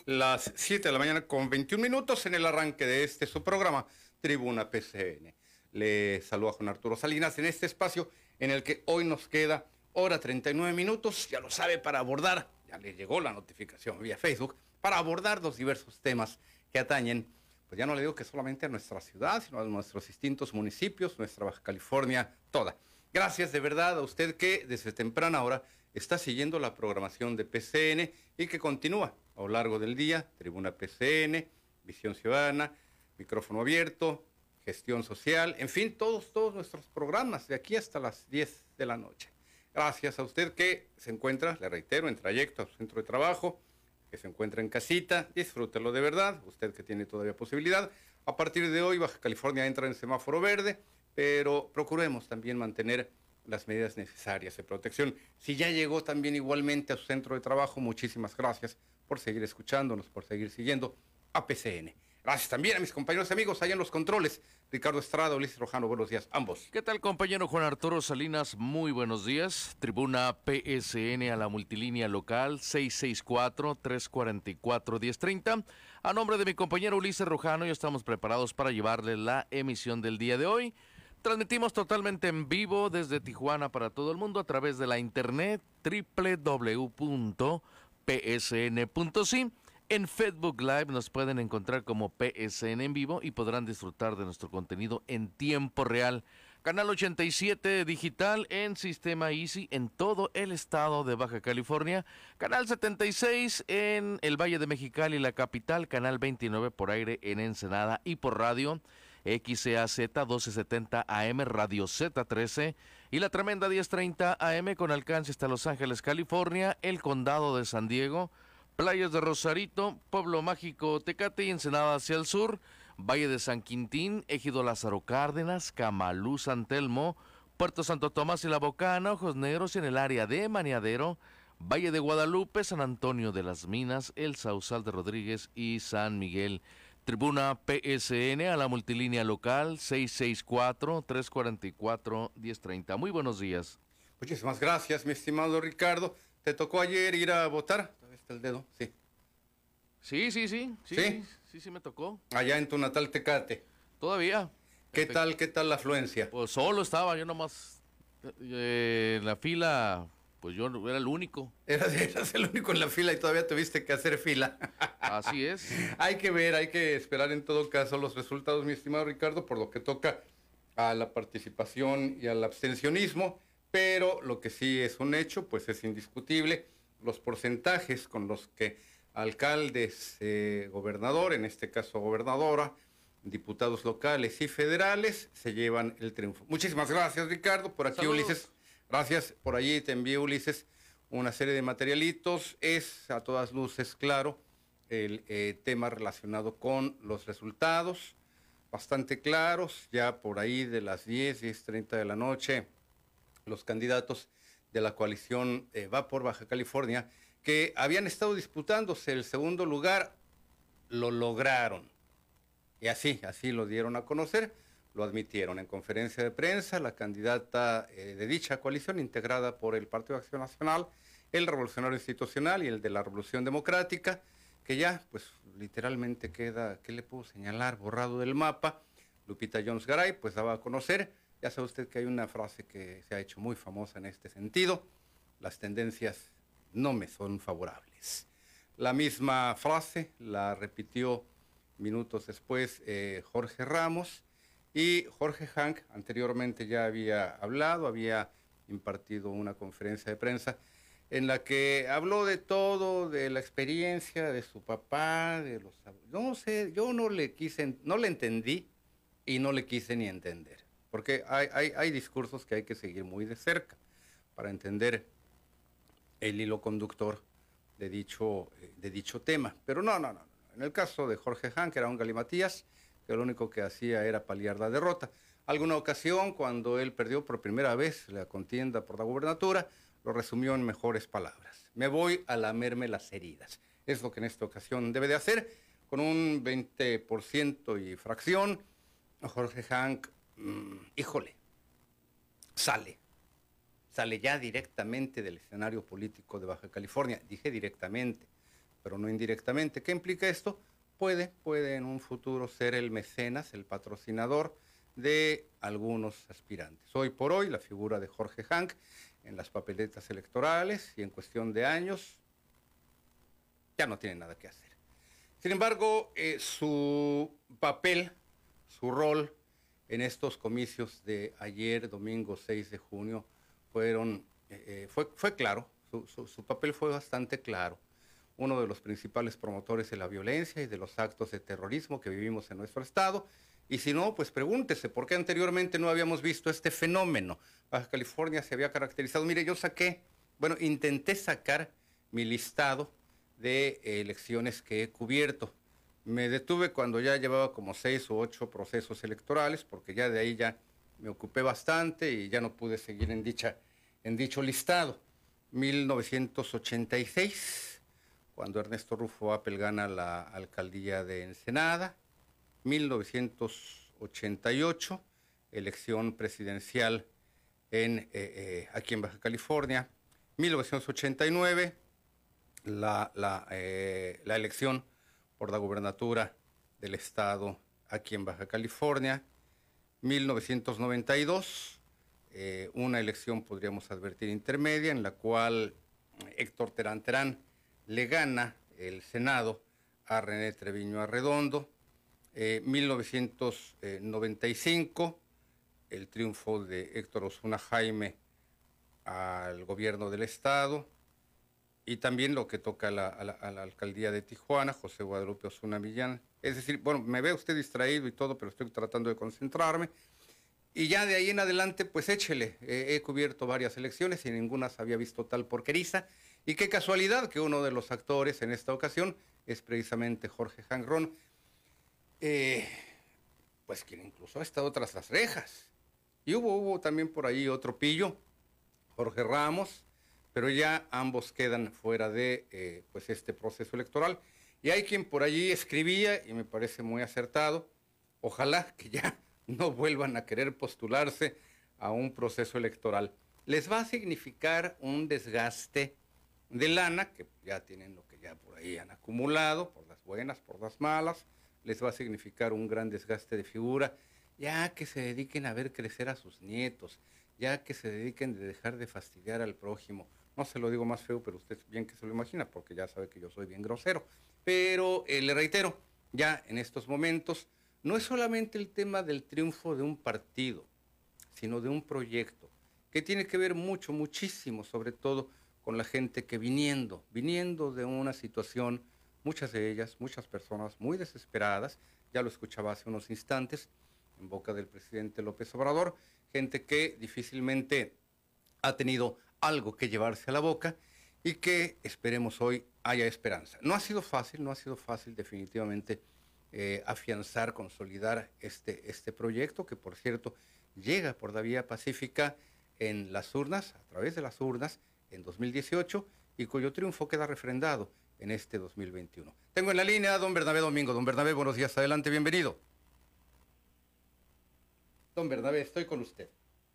las 7 de la mañana con 21 minutos en el arranque de su programa, Tribuna PCN. Le saluda Juan Arturo Salinas en este espacio en el que hoy nos queda hora 39 minutos, ya lo sabe, para abordar, ya le llegó la notificación vía Facebook, para abordar los diversos temas que atañen, pues ya no le digo que solamente a nuestra ciudad, sino a nuestros distintos municipios, nuestra Baja California toda. Gracias de verdad a usted que desde temprana hora está siguiendo la programación de PCN y que continúa a lo largo del día, Tribuna PCN, Visión Ciudadana, Micrófono Abierto, Gestión Social, en fin, todos nuestros programas de aquí hasta las 10 de la noche. Gracias a usted que se encuentra, le reitero, en trayecto a su centro de trabajo, que se encuentra en casita, disfrútelo de verdad, usted que tiene todavía posibilidad. A partir de hoy, Baja California entra en semáforo verde, pero procuremos también mantener las medidas necesarias de protección. Si ya llegó también igualmente a su centro de trabajo, muchísimas gracias por seguir escuchándonos, por seguir siguiendo a PCN. Gracias también a mis compañeros y amigos allá en los controles, Ricardo Estrada, Ulises Rojano, buenos días, ambos. ¿Qué tal, compañero Juan Arturo Salinas? Muy buenos días. Tribuna PSN a la multilínea local 664-344-1030. A nombre de mi compañero Ulises Rojano, ya estamos preparados para llevarle la emisión del día de hoy. Transmitimos totalmente en vivo desde Tijuana para todo el mundo a través de la internet www.psn.si. En Facebook Live nos pueden encontrar como PSN en vivo y podrán disfrutar de nuestro contenido en tiempo real. Canal 87 digital en Sistema Easy en todo el estado de Baja California. Canal 76 en el Valle de Mexicali y la capital. Canal 29 por aire en Ensenada y por radio. XCAZ 1270 AM, Radio Z13 y la tremenda 1030 AM con alcance hasta Los Ángeles, California, el Condado de San Diego, Playas de Rosarito, Pueblo Mágico Tecate y Ensenada hacia el sur, Valle de San Quintín, Ejido Lázaro Cárdenas, Camalú, San Telmo, Puerto Santo Tomás y La Bocana, Ojos Negros y en el área de Maniadero, Valle de Guadalupe, San Antonio de las Minas, El Sausal de Rodríguez y San Miguel. Tribuna PSN a la multilínea local 664-344-1030. Muy buenos días. Muchísimas gracias, mi estimado Ricardo. ¿Te tocó ayer ir a votar? ¿Todavía está el dedo? Sí. Sí, me tocó. Allá en tu natal Tecate. Todavía. ¿Qué tal la afluencia? Pues solo estaba, yo nomás en la fila, pues yo era el único. Eras el único en la fila y todavía tuviste que hacer fila. Así es. Hay que esperar en todo caso los resultados, mi estimado Ricardo, por lo que toca a la participación y al abstencionismo, pero lo que sí es un hecho, pues es indiscutible, los porcentajes con los que alcaldes, gobernador, en este caso gobernadora, diputados locales y federales se llevan el triunfo. Muchísimas gracias, Ricardo. Por aquí, Saludos. Ulises, gracias. Por allí te envío, Ulises, una serie de materialitos. Es a todas luces claro el tema relacionado con los resultados, bastante claros. Ya por ahí de las 10:30 de la noche, los candidatos de la coalición Va por Baja California, que habían estado disputándose el segundo lugar, lo lograron. Y así lo dieron a conocer, lo admitieron en conferencia de prensa. La candidata de dicha coalición, integrada por el Partido de Acción Nacional, el Revolucionario Institucional y el de la Revolución Democrática, que ya, pues, literalmente queda, ¿qué le puedo señalar?, borrado del mapa. Lupita Jones Garay, pues, daba a conocer. Ya sabe usted que hay una frase que se ha hecho muy famosa en este sentido: las tendencias no me son favorables. La misma frase la repitió minutos después Jorge Ramos, y Jorge Hank anteriormente ya había hablado, había impartido una conferencia de prensa en la que habló de todo, de la experiencia de su papá, de los... No sé, yo no le entendí y no le quise ni entender, porque hay discursos que hay que seguir muy de cerca para entender el hilo conductor de dicho tema. Pero no. En el caso de Jorge Hank, era un galimatías, que lo único que hacía era paliar la derrota. Alguna ocasión, cuando él perdió por primera vez la contienda por la gubernatura, lo resumió en mejores palabras: me voy a lamerme las heridas. Es lo que en esta ocasión debe de hacer. Con un 20% y fracción, Jorge Hank, híjole, sale ya directamente del escenario político de Baja California. Dije directamente, pero no indirectamente. ¿Qué implica esto? Puede en un futuro ser el mecenas, el patrocinador de algunos aspirantes. Hoy por hoy, la figura de Jorge Hank en las papeletas electorales y en cuestión de años ya no tiene nada que hacer. Sin embargo, su papel, su rol en estos comicios de ayer, domingo 6 de junio, fue claro, su papel fue bastante claro. Uno de los principales promotores de la violencia y de los actos de terrorismo que vivimos en nuestro estado. Y si no, pues pregúntese, ¿por qué anteriormente no habíamos visto este fenómeno? Baja California se había caracterizado. Mire, intenté sacar mi listado de elecciones que he cubierto. Me detuve cuando ya llevaba como 6 u 8 procesos electorales, porque ya de ahí ya me ocupé bastante y ya no pude seguir en dicho listado. 1986, cuando Ernesto Rufo Apel gana la alcaldía de Ensenada. 1988, elección presidencial aquí en Baja California. 1989, la elección por la gubernatura del estado aquí en Baja California. 1992, una elección, podríamos advertir, intermedia, en la cual Héctor Terán Terán le gana el Senado a René Treviño Arredondo. 1995, el triunfo de Héctor Osuna Jaime al gobierno del estado, y también lo que toca a la alcaldía de Tijuana, José Guadalupe Osuna Millán. Es decir, bueno, me ve usted distraído y todo, pero estoy tratando de concentrarme. Y ya de ahí en adelante, pues échele. He cubierto varias elecciones y ninguna había visto tal porqueriza. Y qué casualidad que uno de los actores en esta ocasión es precisamente Jorge Hank Ron, pues quien incluso ha estado tras las rejas. Y hubo también por ahí otro pillo, Jorge Ramos, pero ya ambos quedan fuera de pues este proceso electoral. Y hay quien por allí escribía, y me parece muy acertado, ojalá que ya no vuelvan a querer postularse a un proceso electoral. Les va a significar un desgaste de lana, que ya tienen lo que ya por ahí han acumulado, por las buenas, por las malas. Les va a significar un gran desgaste de figura, ya que se dediquen a ver crecer a sus nietos, ya que se dediquen a dejar de fastidiar al prójimo. No se lo digo más feo, pero usted bien que se lo imagina, porque ya sabe que yo soy bien grosero. Pero le reitero, ya en estos momentos, no es solamente el tema del triunfo de un partido, sino de un proyecto, que tiene que ver muchísimo, sobre todo con la gente que viniendo de una situación, muchas de ellas, muchas personas muy desesperadas, ya lo escuchaba hace unos instantes, en boca del presidente López Obrador, gente que difícilmente ha tenido algo que llevarse a la boca y que esperemos hoy haya esperanza. No ha sido fácil definitivamente afianzar, consolidar este proyecto, que por cierto llega por la vía pacífica en las urnas, a través de las urnas, en 2018, y cuyo triunfo queda refrendado en este 2021. Tengo en la línea a don Bernabé Domingo. Don Bernabé, buenos días, adelante, bienvenido. Don Bernabé, estoy con usted.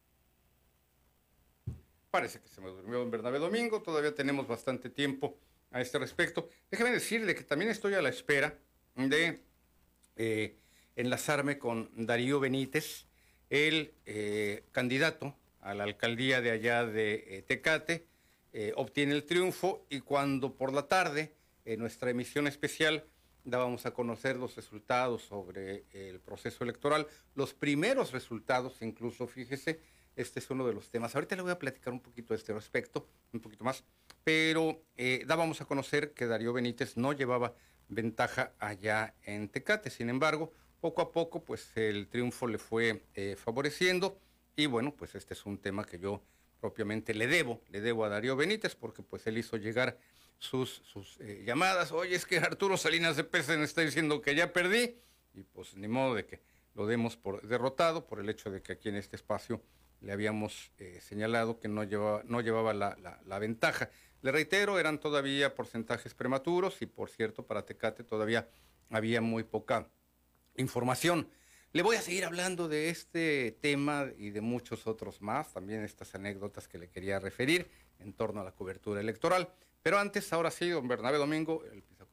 Parece que se me durmió don Bernabé Domingo, todavía tenemos bastante tiempo a este respecto. Déjeme decirle que también estoy a la espera de enlazarme con Darío Benítez, el candidato a la alcaldía de allá de Tecate. Obtiene el triunfo, y cuando por la tarde en nuestra emisión especial dábamos a conocer los resultados sobre el proceso electoral, los primeros resultados incluso, fíjese, este es uno de los temas. Ahorita le voy a platicar un poquito de este respecto, un poquito más, pero dábamos a conocer que Darío Benítez no llevaba ventaja allá en Tecate. Sin embargo, poco a poco, pues el triunfo le fue favoreciendo, y bueno, pues este es un tema que yo propiamente le debo a Darío Benítez, porque pues él hizo llegar sus llamadas. Oye, es que Arturo Salinas de Pesa me está diciendo que ya perdí, y pues ni modo de que lo demos por derrotado, por el hecho de que aquí en este espacio le habíamos señalado que no llevaba la ventaja. Le reitero, eran todavía porcentajes prematuros, y por cierto, para Tecate todavía había muy poca información. Le voy a seguir hablando de este tema y de muchos otros más, también estas anécdotas que le quería referir en torno a la cobertura electoral. Pero antes, ahora sí, don Bernabé Domingo, el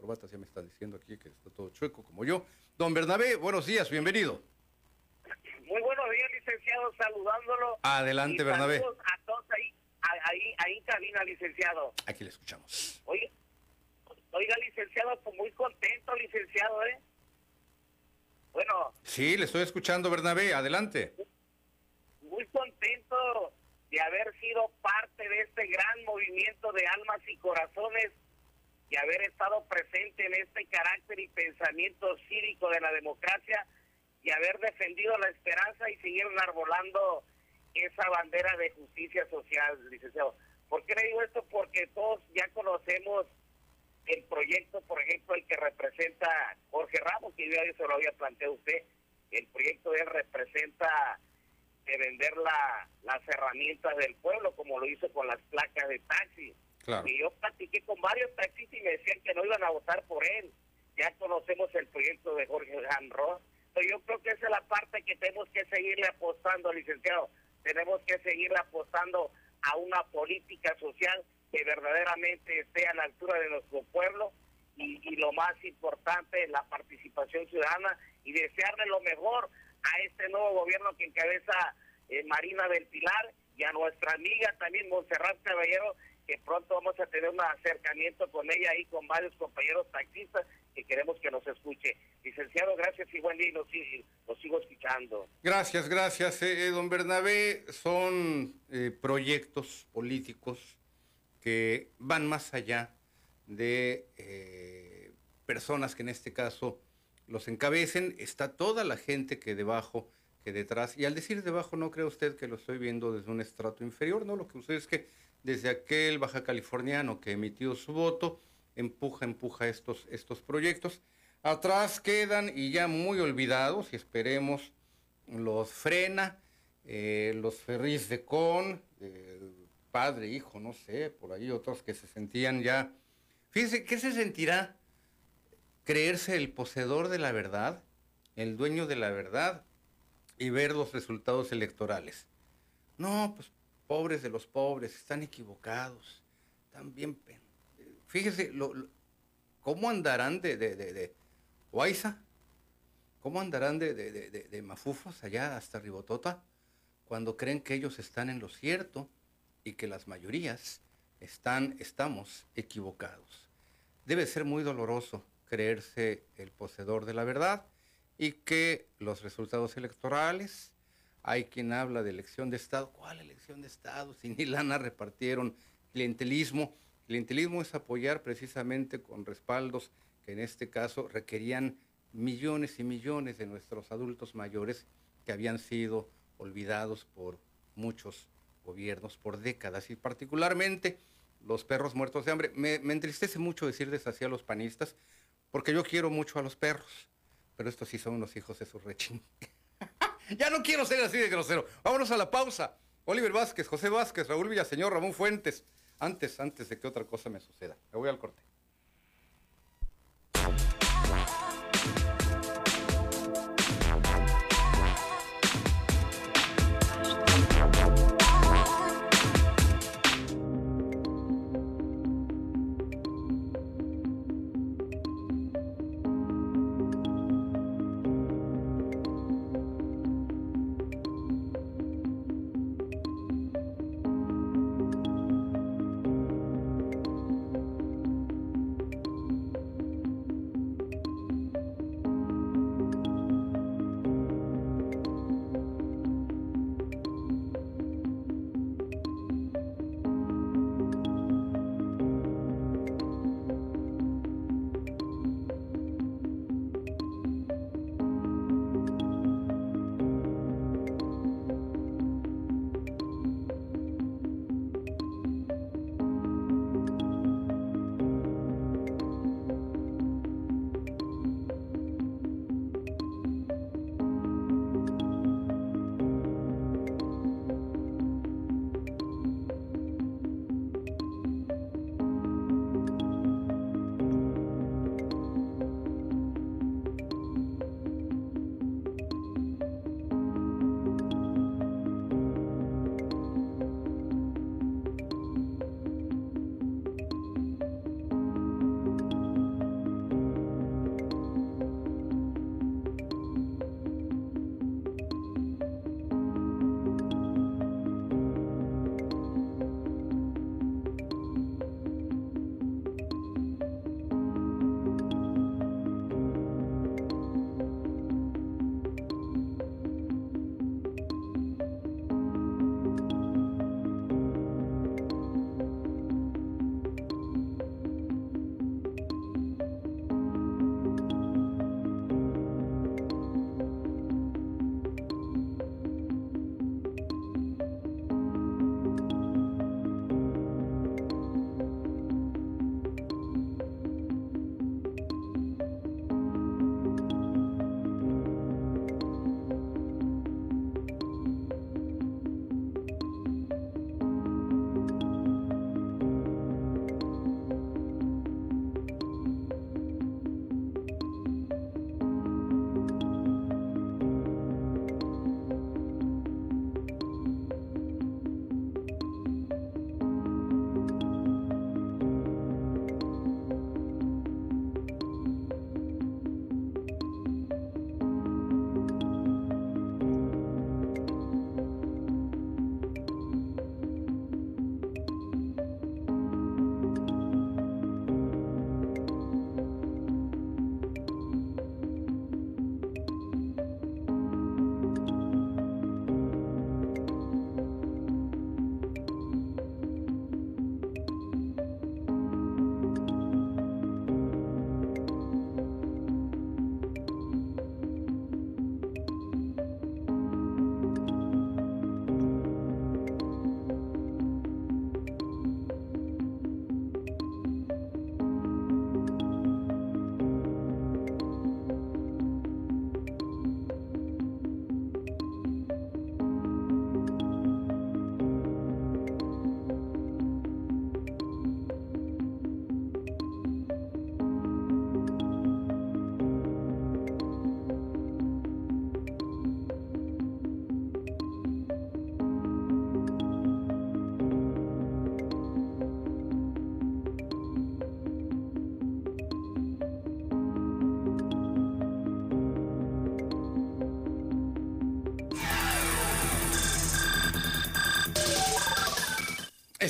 corbatas, ya me están diciendo aquí que está todo chueco como yo. Don Bernabé, buenos días, bienvenido. Muy buenos días, licenciado, saludándolo. Adelante, y Bernabé. Saludos a todos ahí en cabina, licenciado. Aquí le escuchamos. Oiga, licenciado, pues muy contento, licenciado, ¿eh? Bueno. Sí, le estoy escuchando, Bernabé, adelante. Muy contento de haber sido parte de este gran movimiento de almas y corazones y haber estado presente en este carácter y pensamiento cívico de la democracia y haber defendido la esperanza y seguir enarbolando esa bandera de justicia social, licenciado. ¿Por qué le digo esto? Porque todos ya conocemos el proyecto, por ejemplo, el que representa Jorge Ramos, que ya se lo había planteado usted. El proyecto de él representa de vender las herramientas del pueblo, como lo hizo con las placas de taxi. Claro. Y yo platiqué con varios taxistas y me decían que no iban a votar por él. Ya conocemos el proyecto de Jorge Ramos. Pero yo creo que esa es la parte que tenemos que seguirle apostando, licenciado. Tenemos que seguirle apostando a una política social que verdaderamente esté a la altura de nuestro pueblo y lo más importante, la participación ciudadana y desearle lo mejor a este nuevo gobierno que encabeza Marina del Pilar y a nuestra amiga también Montserrat Caballero, que pronto vamos a tener un acercamiento con ella y con varios compañeros taxistas que queremos que nos escuche. Licenciado, gracias y buen día, y los sigo escuchando. Gracias, don Bernabé. Son proyectos políticos que van más allá de personas que en este caso los encabecen. Está toda la gente que debajo, que detrás, y al decir debajo no cree usted que lo estoy viendo desde un estrato inferior, no, lo que sucede es que desde aquel baja californiano que emitió su voto, empuja estos proyectos. Atrás quedan y ya muy olvidados, y esperemos los frena, los ferries de Con, padre, hijo, no sé, por ahí otros que se sentían ya. Fíjese, ¿qué se sentirá creerse el poseedor de la verdad, el dueño de la verdad, y ver los resultados electorales? No, pues pobres de los pobres, están equivocados, están bien. Fíjese, ¿cómo andarán de Guayza? ¿Cómo andarán de mafufos allá hasta Ribotota cuando creen que ellos están en lo cierto y que las mayorías estamos equivocados? Debe ser muy doloroso creerse el poseedor de la verdad y que los resultados electorales, hay quien habla de elección de Estado. ¿Cuál elección de Estado? Si ni lana repartieron. Clientelismo. Clientelismo es apoyar precisamente con respaldos que en este caso requerían millones y millones de nuestros adultos mayores que habían sido olvidados por muchos gobiernos, por décadas, y particularmente los perros muertos de hambre. Me entristece mucho decirles así a los panistas, porque yo quiero mucho a los perros, pero estos sí son unos hijos de su rechín. Ya no quiero ser así de grosero. Vámonos a la pausa. Oliver Vázquez, José Vázquez, Raúl Villaseñor, Ramón Fuentes. Antes de que otra cosa me suceda. Me voy al corte.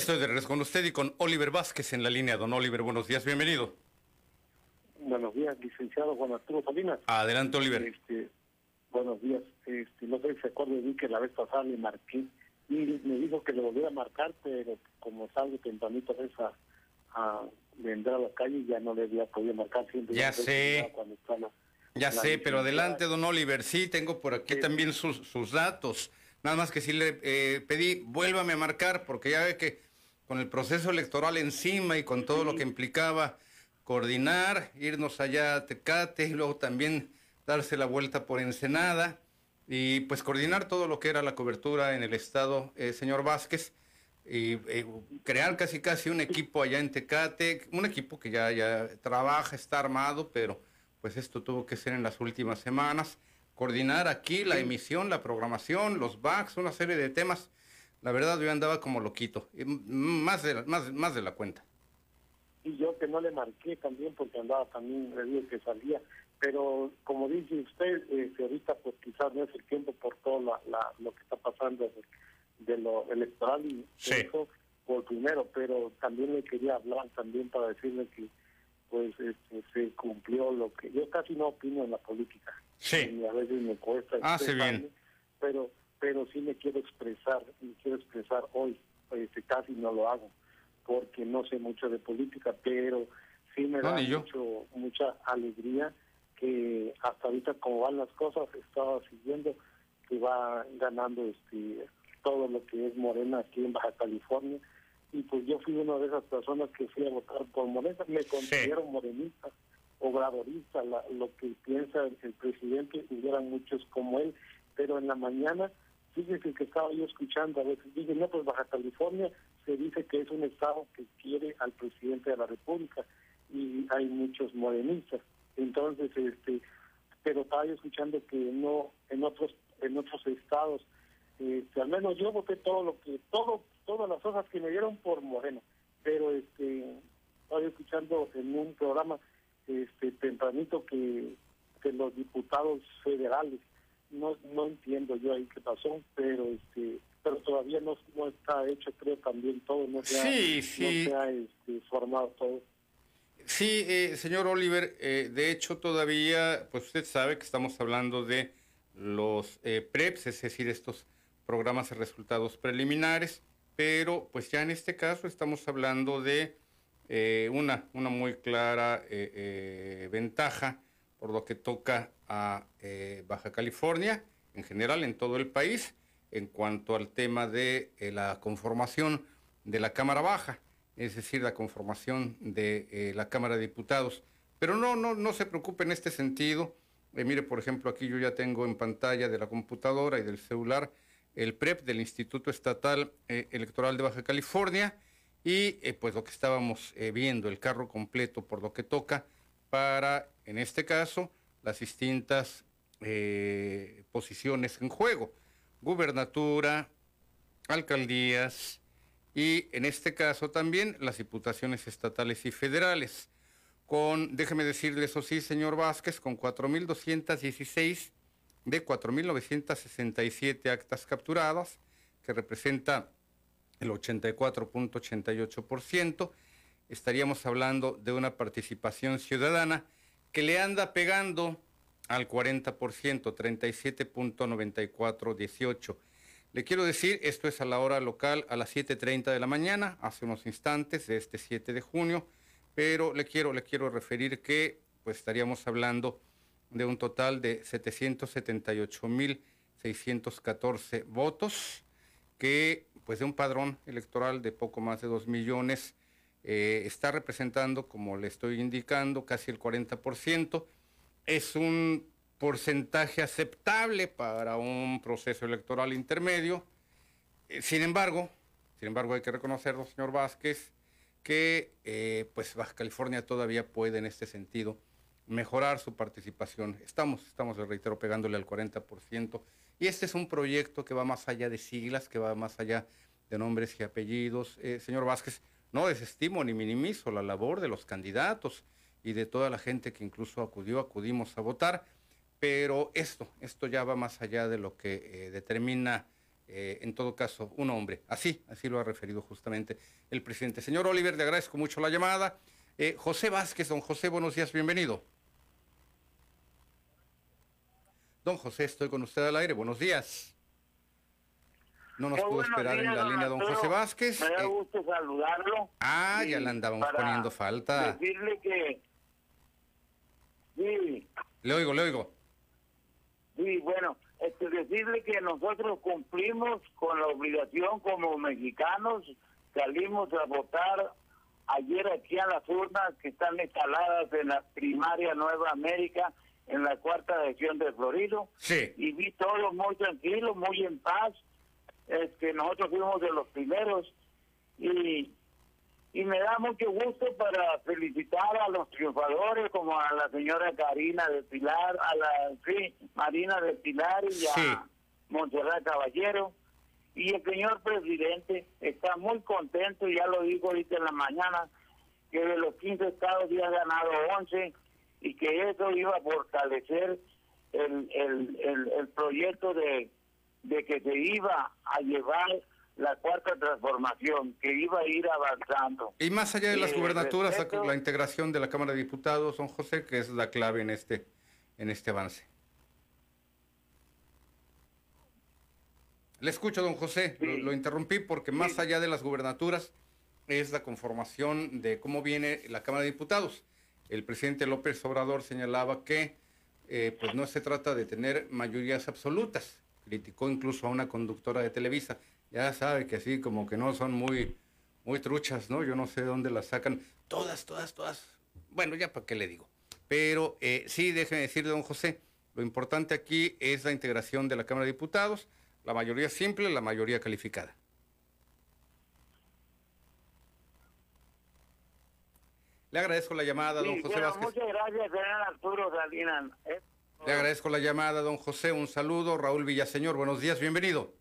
Estoy de regreso con usted y con Oliver Vázquez en la línea. Don Oliver, buenos días, bienvenido. Buenos días, licenciado Juan Arturo Salinas. Adelante, Oliver. Buenos días. No sé si se acuerda de mí que la vez pasada le marqué y me dijo que le volviera a marcar, pero como salgo tempranito a vender a la calle, ya no le había podido marcar. Siempre ya sé, pero adelante, don Oliver. Sí, tengo por aquí también sus datos. Nada más que sí le pedí, vuélvame a marcar, porque ya ve que con el proceso electoral encima y con todo lo que implicaba coordinar, irnos allá a Tecate y luego también darse la vuelta por Ensenada y pues coordinar todo lo que era la cobertura en el estado, señor Vázquez, y crear casi un equipo allá en Tecate, un equipo que ya trabaja, está armado, pero pues esto tuvo que ser en las últimas semanas. Coordinar aquí la emisión, la programación, los backs, una serie de temas. La verdad yo andaba como loquito, más de la cuenta. Y yo que no le marqué también porque andaba también, le dije que salía, pero como dice usted, ahorita pues quizás no es el tiempo por todo lo que está pasando de lo electoral y sí. Eso por primero, pero también le quería hablar también para decirle que pues se cumplió lo que... Yo casi no opino en la política. Sí. Y a veces me cuesta Hace bien. pero sí me quiero expresar hoy. Casi no lo hago, porque no sé mucho de política, pero sí me da mucha alegría que hasta ahorita como van las cosas, estaba siguiendo que va ganando todo lo que es Morena aquí en Baja California, y pues yo fui una de esas personas que fui a votar por Morena. Me considero morenista, obradorista, lo que piensa el presidente, hubieran muchos como él, pero en la mañana, fíjese que estaba yo escuchando, a veces dije, no, pues Baja California se dice que es un estado que quiere al presidente de la República, y hay muchos morenistas. Entonces, pero estaba yo escuchando que no, en otros estados, al menos yo voté todas las cosas que me dieron por Morena, pero estaba yo escuchando en un programa tempranito que los diputados federales, no entiendo yo ahí qué pasó, pero todavía no está hecho, creo, también todo, no se ha formado todo. Sí, señor Oliver, de hecho todavía, pues usted sabe que estamos hablando de los PREPs, es decir, estos programas de resultados preliminares, pero pues ya en este caso estamos hablando de una muy clara ventaja por lo que toca a Baja California, en general en todo el país, en cuanto al tema de la conformación de la Cámara Baja, es decir, la conformación de la Cámara de Diputados. Pero no se preocupe en este sentido. Mire, por ejemplo, aquí yo ya tengo en pantalla de la computadora y del celular el PREP del Instituto Estatal Electoral de Baja California y pues lo que estábamos viendo, el carro completo por lo que toca para, en este caso, las distintas posiciones en juego, gubernatura, alcaldías y, en este caso, también las diputaciones estatales y federales, con, déjeme decirle eso sí, señor Vázquez, con 4.216 de 4.967 actas capturadas, que representa el 84.88%, estaríamos hablando de una participación ciudadana que le anda pegando al 40%, 37.9418. Le quiero decir, esto es a la hora local, a las 7:30 de la mañana, hace unos instantes de este 7 de junio, pero le quiero referir que pues estaríamos hablando de un total de 778.614 votos, que pues de un padrón electoral de poco más de 2 millones, está representando, como le estoy indicando, casi el 40%. Es un porcentaje aceptable para un proceso electoral intermedio. Sin embargo, hay que reconocerlo, señor Vázquez, que pues Baja California todavía puede en este sentido mejorar su participación. Estamos, le reitero, pegándole al 40%, y este es un proyecto que va más allá de siglas, que va más allá de nombres y apellidos. Señor Vázquez, no desestimo ni minimizo la labor de los candidatos y de toda la gente que incluso acudimos a votar, pero esto ya va más allá de lo que determina en todo caso, un hombre. Así lo ha referido justamente el presidente. Señor Oliver, le agradezco mucho la llamada. José Vázquez, don José, buenos días, bienvenido. Don José, estoy con usted al aire, buenos días. No nos pudo esperar en la línea don José Vázquez. Me da gusto saludarlo. Ya le andábamos poniendo falta. Decirle que... Sí. Le oigo. Sí, bueno, decirle que nosotros cumplimos con la obligación como mexicanos. Salimos a votar ayer aquí a las urnas que están instaladas en la primaria Nueva América, en la 4ª región de Florida. Sí. Y vi todo muy tranquilo, muy en paz. Nosotros fuimos de los primeros y me da mucho gusto para felicitar a los triunfadores como a la señora Karina del Pilar, Marina del Pilar y a Montserrat Caballero. Y el señor presidente está muy contento, ya lo dijo ahorita en la mañana, que de los 15 estados ya ha ganado 11 y que eso iba a fortalecer el proyecto de que se iba a llevar la 4ª transformación, que iba a ir avanzando. Y más allá de las gubernaturas, la integración de la Cámara de Diputados, don José, que es la clave en este avance. Le escucho, don José, sí. Lo interrumpí porque más allá de las gubernaturas es la conformación de cómo viene la Cámara de Diputados. El presidente López Obrador señalaba que pues no se trata de tener mayorías absolutas. Criticó incluso a una conductora de Televisa. Ya sabe que así como que no son muy truchas, ¿no? Yo no sé de dónde las sacan. Todas. Bueno, ya para qué le digo. Pero sí, déjeme decir, don José, lo importante aquí es la integración de la Cámara de Diputados, la mayoría simple, la mayoría calificada. Le agradezco la llamada, don José Vázquez. Muchas gracias, señor Arturo Salinas. Le agradezco la llamada, don José. Un saludo. Raúl Villaseñor, buenos días, bienvenido.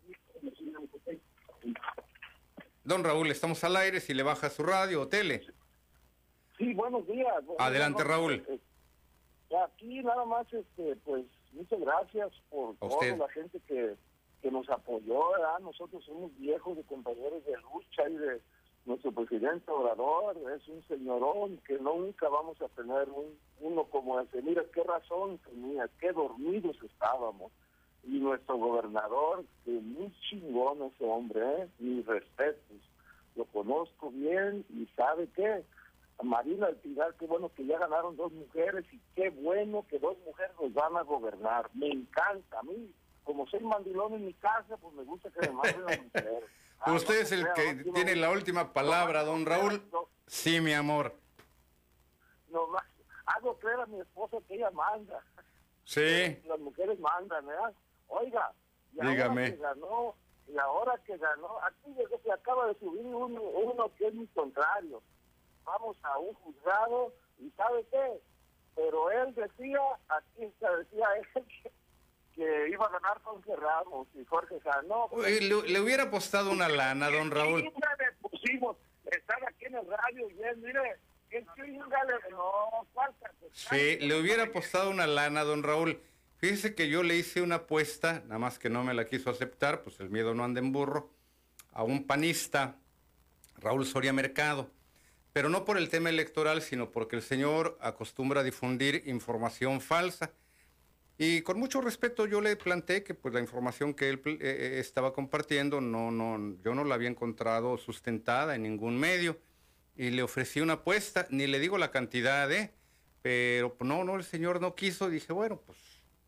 Don Raúl, estamos al aire, si le baja su radio o tele. Sí, buenos días. Adelante, Raúl. Aquí nada más, pues, muchas gracias por toda la gente que nos apoyó, ¿verdad? Nosotros somos viejos de compañeros de lucha y de nuestro presidente Obrador, es un señorón que nunca vamos a tener uno como ese. Mira qué razón tenía, qué dormidos estábamos. Y nuestro gobernador, que muy chingón ese hombre, mis respetos, lo conozco bien y ¿sabe qué? A Marina del Pilar, qué bueno que ya ganaron 2 mujeres y qué bueno que 2 mujeres nos van a gobernar. Me encanta a mí. Como soy mandilón en mi casa, pues me gusta que me manden las mujeres. Usted es el que tiene la última palabra, don Raúl. Sí, mi amor. Nomás hago creer a mi esposa que ella manda. Sí. Las mujeres mandan, ¿verdad? Oiga, dígame. Ahora que ganó, aquí se acaba de subir uno que es mi contrario. Vamos a un juzgado y ¿sabe qué? Pero él decía, aquí se decía él que iba a ganar con Ramos y Jorge ganó. Le hubiera apostado una lana, don Raúl. Le pusimos, estaba aquí en el radio y él, mire, que no falta. Sí, le hubiera apostado una lana, don Raúl. Fíjese que yo le hice una apuesta, nada más que no me la quiso aceptar, pues el miedo no anda en burro, a un panista, Raúl Soria Mercado. Pero no por el tema electoral, sino porque el señor acostumbra a difundir información falsa. Y con mucho respeto yo le planteé que pues la información que él estaba compartiendo yo no la había encontrado sustentada en ningún medio. Y le ofrecí una apuesta, ni le digo la cantidad pero no, el señor no quiso. Dije, bueno, pues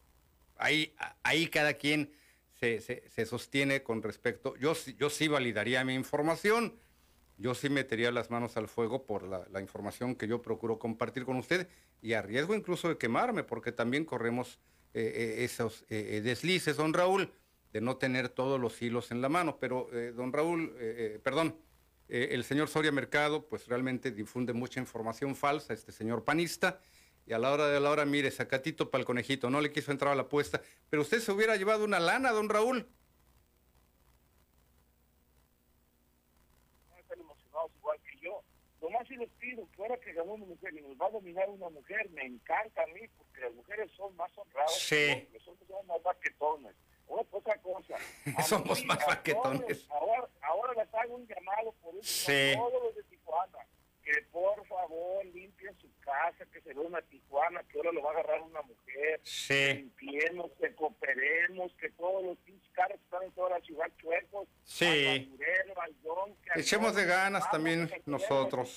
ahí cada quien se sostiene con respecto. Yo sí validaría mi información. Yo sí metería las manos al fuego por la información que yo procuro compartir con usted y a riesgo incluso de quemarme, porque también corremos esos deslices, don Raúl, de no tener todos los hilos en la mano. Pero, don Raúl, el señor Soria Mercado, pues realmente difunde mucha información falsa, este señor panista, y a la hora de la hora, mire, sacatito para el conejito, no le quiso entrar a la apuesta, pero usted se hubiera llevado una lana, don Raúl. Nomás si les pido que ahora que ganó una mujer y nos va a dominar una mujer, me encanta a mí, porque las mujeres son más honradas, sí. los hombres son más baquetones. Otra cosa. Somos más raquetones. Ahora les hago un llamado por último a todos los de Tijuana, que por favor limpien su casa, que se ve una Tijuana, que ahora lo va a agarrar una mujer. Sí. Limpiemos, que cooperemos, que todos los pinches carros que están en toda la ciudad chuecos. Sí. Echemos de ganas también nosotros.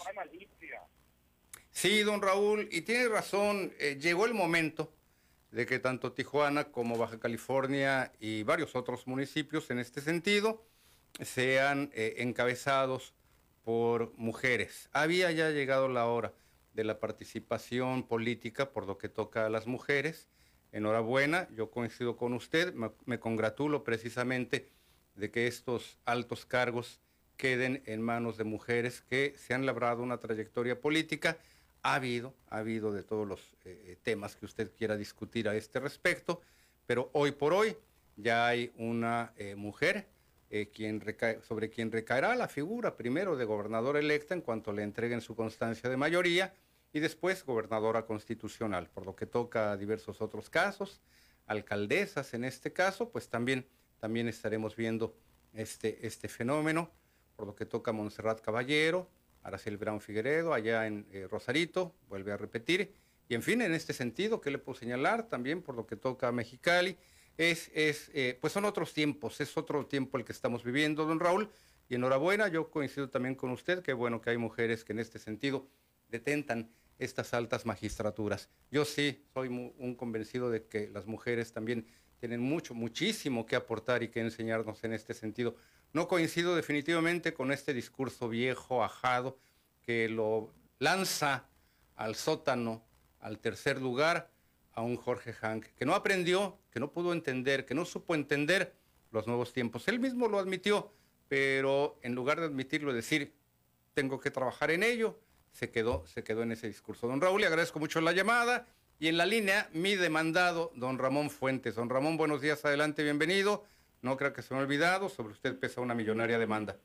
Sí, don Raúl, y tiene razón, llegó el momento de que tanto Tijuana como Baja California y varios otros municipios en este sentido sean encabezados por mujeres. Había ya llegado la hora de la participación política por lo que toca a las mujeres. Enhorabuena, yo coincido con usted, me congratulo precisamente de que estos altos cargos queden en manos de mujeres que se han labrado una trayectoria política. Ha habido de todos los temas que usted quiera discutir a este respecto, pero hoy por hoy ya hay una mujer sobre quien recaerá la figura primero de gobernadora electa en cuanto le entreguen su constancia de mayoría y después gobernadora constitucional. Por lo que toca a diversos otros casos, alcaldesas en este caso, pues también estaremos viendo este fenómeno. Por lo que toca a Montserrat Caballero, Araceli Brown Figueredo, allá en Rosarito, vuelve a repetir. Y en fin, en este sentido, ¿qué le puedo señalar? También por lo que toca a Mexicali, pues son otros tiempos, es otro tiempo el que estamos viviendo, don Raúl. Y enhorabuena, yo coincido también con usted, qué bueno que hay mujeres que en este sentido detentan estas altas magistraturas. Yo sí soy un convencido de que las mujeres también tienen muchísimo que aportar y que enseñarnos en este sentido. No coincido definitivamente con este discurso viejo, ajado, que lo lanza al sótano, al tercer lugar, a un Jorge Hank, que no aprendió, que no pudo entender, que no supo entender los nuevos tiempos. Él mismo lo admitió, pero en lugar de admitirlo y decir, tengo que trabajar en ello, se quedó en ese discurso. Don Raúl, le agradezco mucho la llamada. Y en la línea, mi demandado, don Ramón Fuentes. Don Ramón, buenos días, adelante, bienvenido. No creo que se me ha olvidado, sobre usted pesa una millonaria demanda.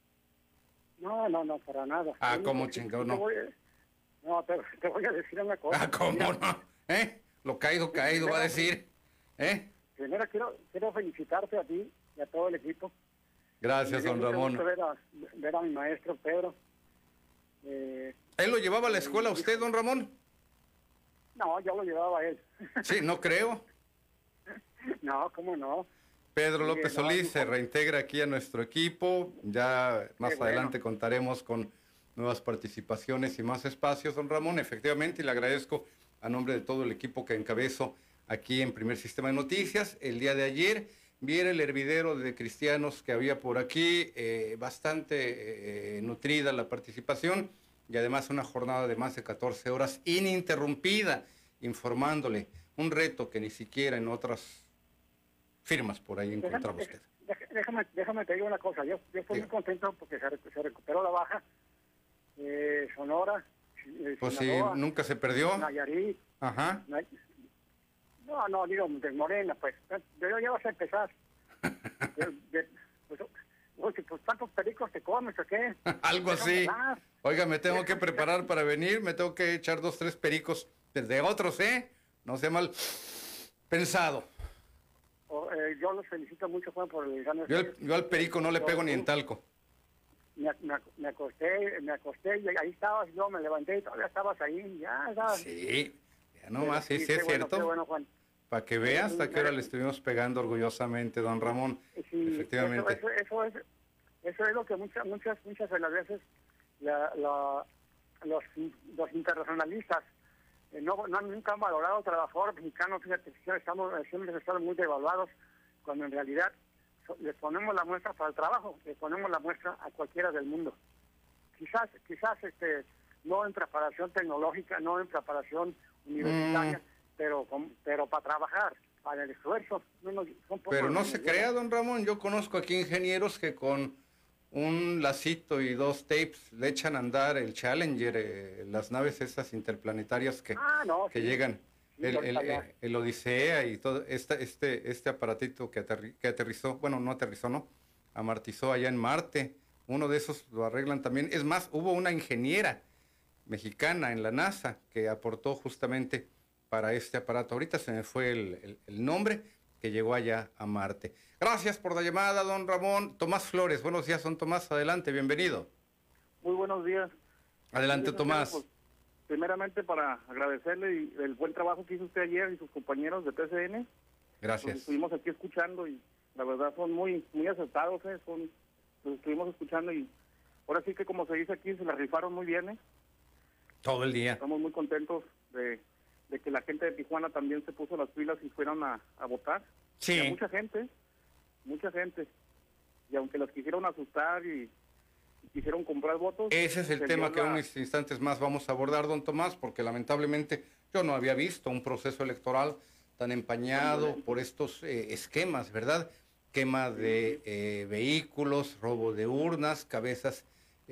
No, para nada. ¿Cómo chingado no? Te voy a decir una cosa. ¿Cómo no? Lo caído, va a decir. Primero quiero felicitarte a ti y a todo el equipo. Gracias, don Ramón. Ver a mi maestro Pedro. ¿Él lo llevaba a la escuela usted, don Ramón? No, yo lo llevaba a él. Sí, no creo. No, ¿cómo no? Pedro López Solís se reintegra aquí a nuestro equipo. Ya más adelante contaremos con nuevas participaciones y más espacios, don Ramón. Efectivamente, y le agradezco a nombre de todo el equipo que encabezo aquí en Primer Sistema de Noticias. El día de ayer viera el hervidero de cristianos que había por aquí, bastante nutrida la participación y además una jornada de más de 14 horas ininterrumpida, informándole un reto que ni siquiera en otras firmas por ahí encontraba usted. Déjame te digo una cosa, yo estoy muy contento porque se recuperó la baja, Sonora, pues Sinaloa, sí, nunca se perdió. Nayarit. Ajá. No, digo, de Morena, pues, ya vas a empezar. Pues tantos pericos te comes, ¿o qué? Algo así. Oiga, me tengo que preparar para venir, me tengo que echar 2, 3 pericos de otros, no sea mal pensado. Yo los felicito mucho, Juan, por el gran... Yo al perico no le pego ni en talco. Me acosté y ahí estabas, yo me levanté y todavía estabas ahí, ya estabas. Sí, ya nomás, sí, es cierto. Qué bueno, Juan. Para que vea hasta qué hora le estuvimos pegando orgullosamente, don Ramón. Sí, efectivamente. Eso es lo que muchas de las veces los internacionalistas nunca han valorado al trabajador mexicano. Fíjate, siempre están muy devaluados, cuando en realidad les ponemos la muestra para el trabajo, les ponemos la muestra a cualquiera del mundo. Quizás no en preparación tecnológica, no en preparación universitaria, pero para trabajar, para el esfuerzo. Pero no se crea, don Ramón, yo conozco aquí ingenieros que con un lacito y 2 tapes le echan a andar el Challenger, las naves esas interplanetarias que llegan, el Odisea y todo este aparatito que aterrizó, bueno, no aterrizó, no, amartizó allá en Marte. Uno de esos lo arreglan también. Es más, hubo una ingeniera mexicana en la NASA que aportó justamente para este aparato. Ahorita se me fue el nombre, que llegó allá a Marte. Gracias por la llamada, don Ramón. Tomás Flores, buenos días, don Tomás, adelante, bienvenido. Muy buenos días. Adelante, Tomás. Pues, primeramente para agradecerle el buen trabajo que hizo usted ayer y sus compañeros de TCN. Gracias. Los estuvimos aquí escuchando y la verdad son muy acertados, los estuvimos escuchando y ahora sí que como se dice aquí, se la rifaron muy bien. Todo el día. Estamos muy contentos de que la gente de Tijuana también se puso las pilas y fueron a votar. Sí. Y mucha gente. Y aunque los quisieron asustar y quisieron comprar votos. Ese es el tema que en unos instantes más vamos a abordar, don Tomás, porque lamentablemente yo no había visto un proceso electoral tan empañado por estos esquemas, ¿verdad? Quema de vehículos, robo de urnas, cabezas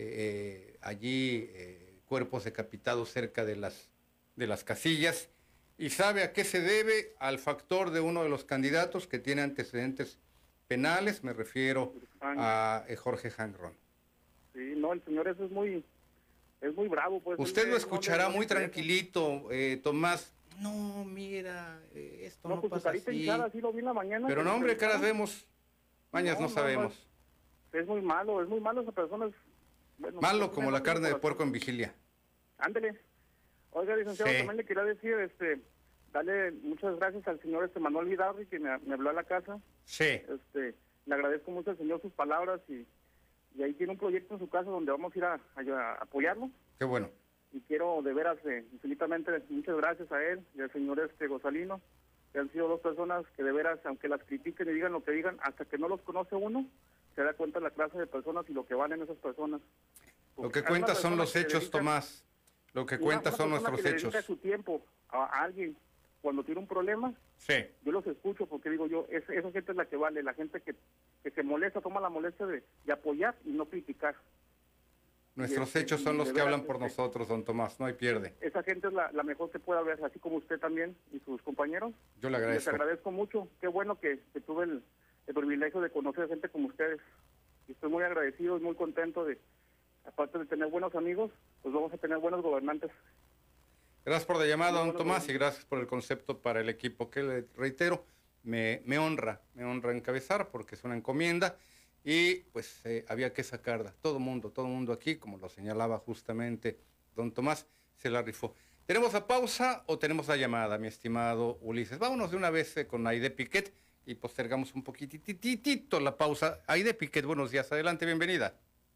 allí, cuerpos decapitados cerca de las casillas. ¿Y sabe a qué se debe? Al factor de uno de los candidatos que tiene antecedentes penales, me refiero a Jorge Hanron. Sí, no, el señor eso es muy bravo. Pues. Usted lo escuchará muy tranquilito, Tomás. No, mira, esto no pasa así. Hinchada, sí lo vi en la mañana. Pero no, hombre, caras vemos, mañas no sabemos. Es muy malo esa persona. Bueno, malo como la carne de puerco en vigilia. Ándele. Oiga, licenciado, también le quería decir, darle muchas gracias al señor Manuel Vidarri, que me habló a la casa. Sí. Le agradezco mucho al señor sus palabras y ahí tiene un proyecto en su casa donde vamos a ir a apoyarlo. Qué bueno. Y quiero de veras infinitamente muchas gracias a él y al señor Gozalino, que han sido dos personas que de veras, aunque las critiquen y digan lo que digan, hasta que no los conoce uno, se da cuenta de la clase de personas y lo que valen esas personas. Lo que cuenta son los hechos, Tomás. Lo que cuenta son nuestros hechos. Su tiempo a alguien cuando tiene un problema, sí. Yo los escucho porque digo yo, esa gente es la que vale, la gente que se molesta, toma la molestia de apoyar y no criticar. Nuestros hechos son los que hablan por nosotros, don Tomás, no hay pierde. Esa gente es la mejor que pueda haber, así como usted también y sus compañeros. Yo le agradezco. Les agradezco mucho, qué bueno que tuve el privilegio de conocer a gente como ustedes. Y estoy muy agradecido y muy contento de, aparte de tener buenos amigos, pues vamos a tener buenos gobernantes. Gracias por la llamada, don Tomás, y gracias por el concepto para el equipo que, le reitero, me honra encabezar porque es una encomienda y pues había que sacarla. Todo mundo aquí, como lo señalaba justamente don Tomás, se la rifó. ¿Tenemos la pausa o tenemos la llamada, mi estimado Ulises? Vámonos de una vez con Aide Piquet y postergamos un poquitito la pausa. Aide Piquet, buenos días, adelante, bienvenida.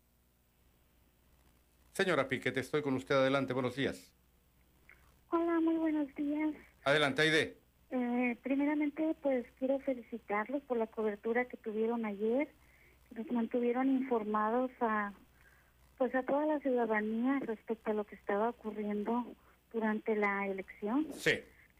Señora Piquet, estoy con usted, adelante, buenos días. Hola, muy buenos días. Adelante, Aide. Primeramente, pues quiero felicitarlos por la cobertura que tuvieron ayer. Nos mantuvieron informados a toda la ciudadanía respecto a lo que estaba ocurriendo durante la elección. Sí.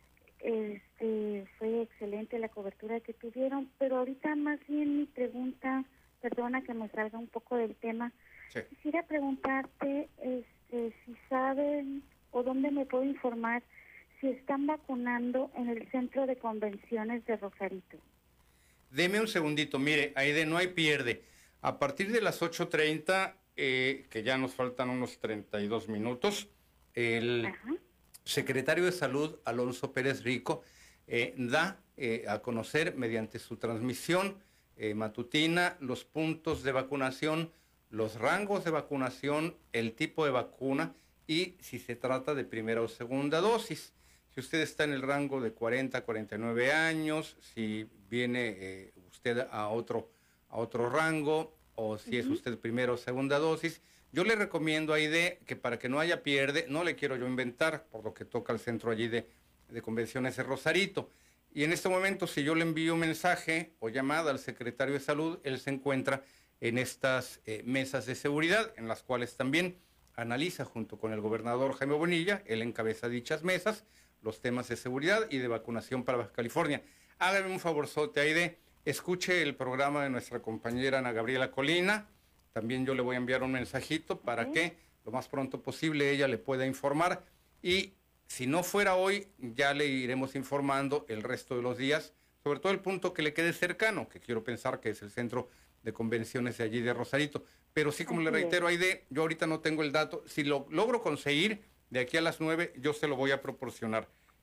Fue excelente la cobertura que tuvieron, pero ahorita más bien mi pregunta, perdona que me salga un poco del tema, sí. Quisiera preguntarte si saben o dónde me puedo informar si están vacunando en el centro de convenciones de Rosarito. Deme un segundito, mire, Aide, no hay pierde. A partir de las 8:30, que ya nos faltan unos 32 minutos, el secretario de Salud, Alonso Pérez Rico, da a conocer mediante su transmisión matutina los puntos de vacunación, los rangos de vacunación, el tipo de vacuna y si se trata de primera o segunda dosis. Si usted está en el rango de 40 a 49 años, si viene usted a otro rango, o si es usted primera o segunda dosis, yo le recomiendo, Aide, que para que no haya pierde, no le quiero yo inventar, por lo que toca al centro allí de convenciones de Rosarito. Y en este momento, si yo le envío un mensaje o llamada al secretario de Salud, él se encuentra en estas mesas de seguridad, en las cuales también analiza junto con el gobernador Jaime Bonilla, él encabeza dichas mesas, los temas de seguridad y de vacunación para Baja California. Hágame un favorzote, Aide, escuche el programa de nuestra compañera Ana Gabriela Colina, también yo le voy a enviar un mensajito para que lo más pronto posible ella le pueda informar y si no fuera hoy, ya le iremos informando el resto de los días, sobre todo el punto que le quede cercano, que quiero pensar que es el centro de convenciones de allí de Rosarito. Pero sí, como le reitero, Aide, yo ahorita no tengo el dato. Si lo logro conseguir de aquí a las 9, yo se lo voy a proporcionar.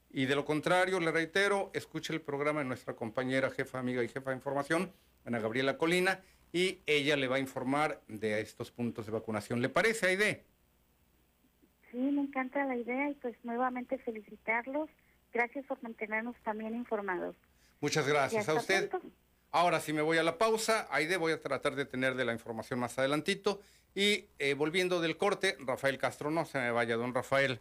Y de lo contrario, le reitero, escuche el programa de nuestra compañera, jefa, amiga y jefa de información, Ana Gabriela Colina, y ella le va a informar de estos puntos de vacunación. ¿Le parece, Aide? Sí, me encanta la idea y pues nuevamente felicitarlos. Gracias por mantenernos también informados. Muchas gracias a usted. Pronto. Ahora sí me voy a la pausa. Aide, voy a tratar de tener de la información más adelantito. Y volviendo del corte, Rafael Castro, no se me vaya, don Rafael.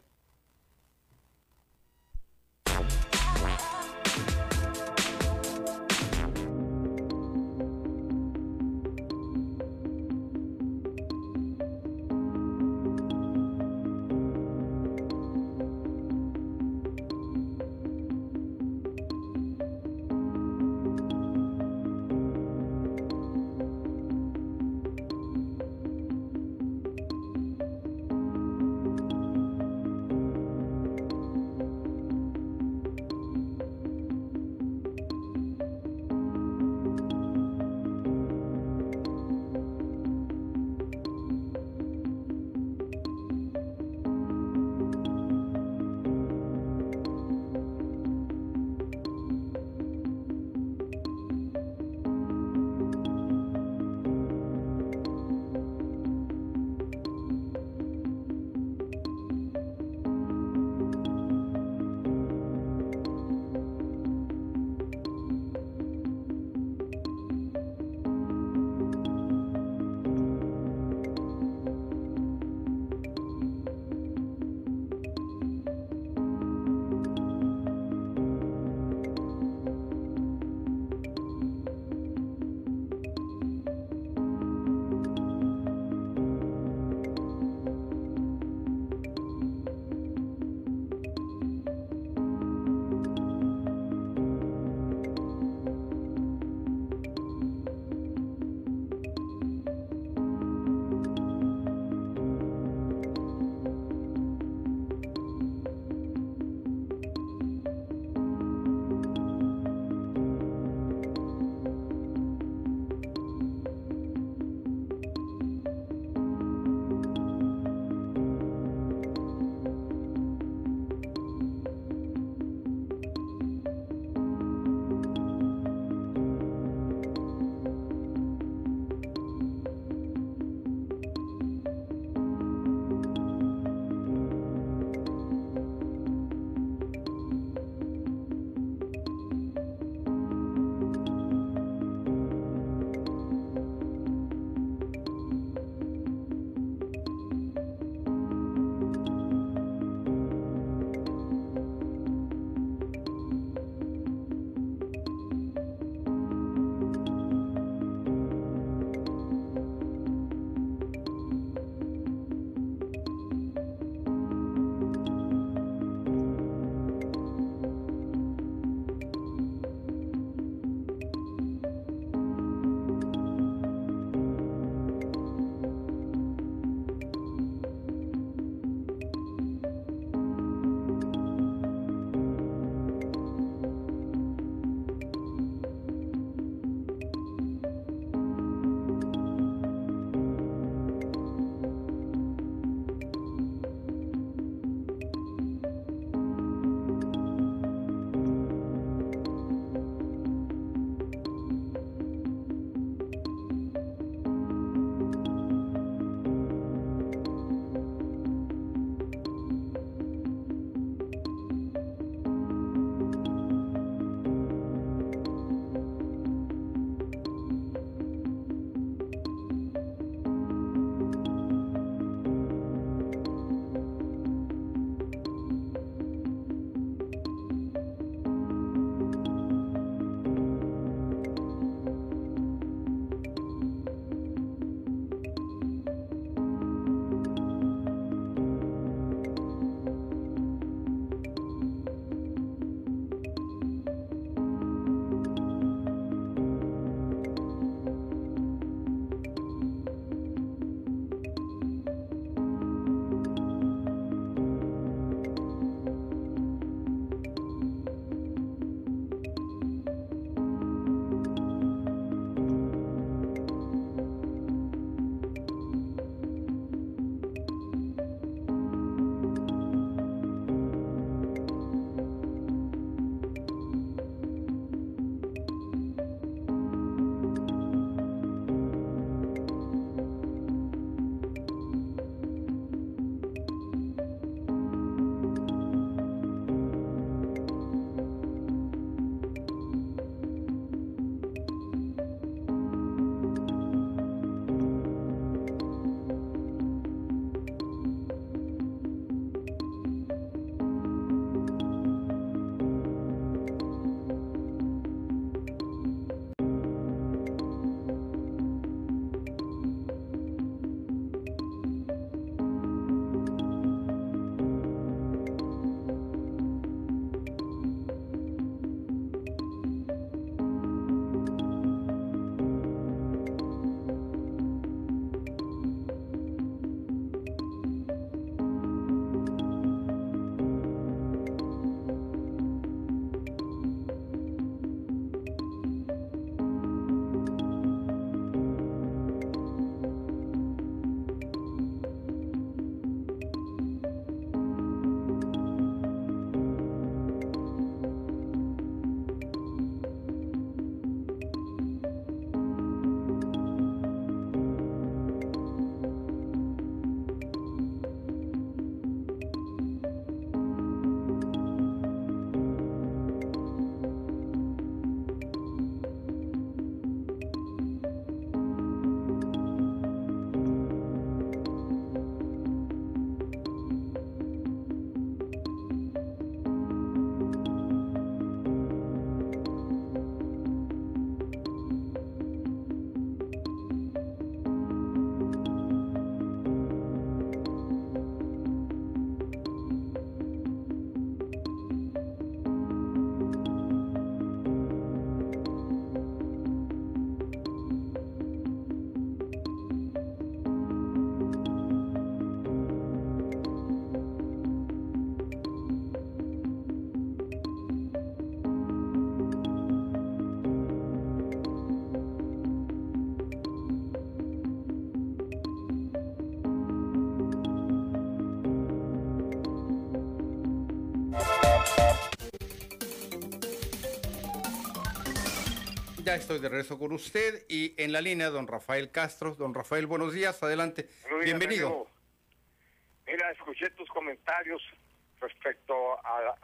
Ya estoy de regreso con usted y en la línea don Rafael Castro. Don Rafael, buenos días, adelante. Bienvenido. Amigo. Mira, escuché tus comentarios respecto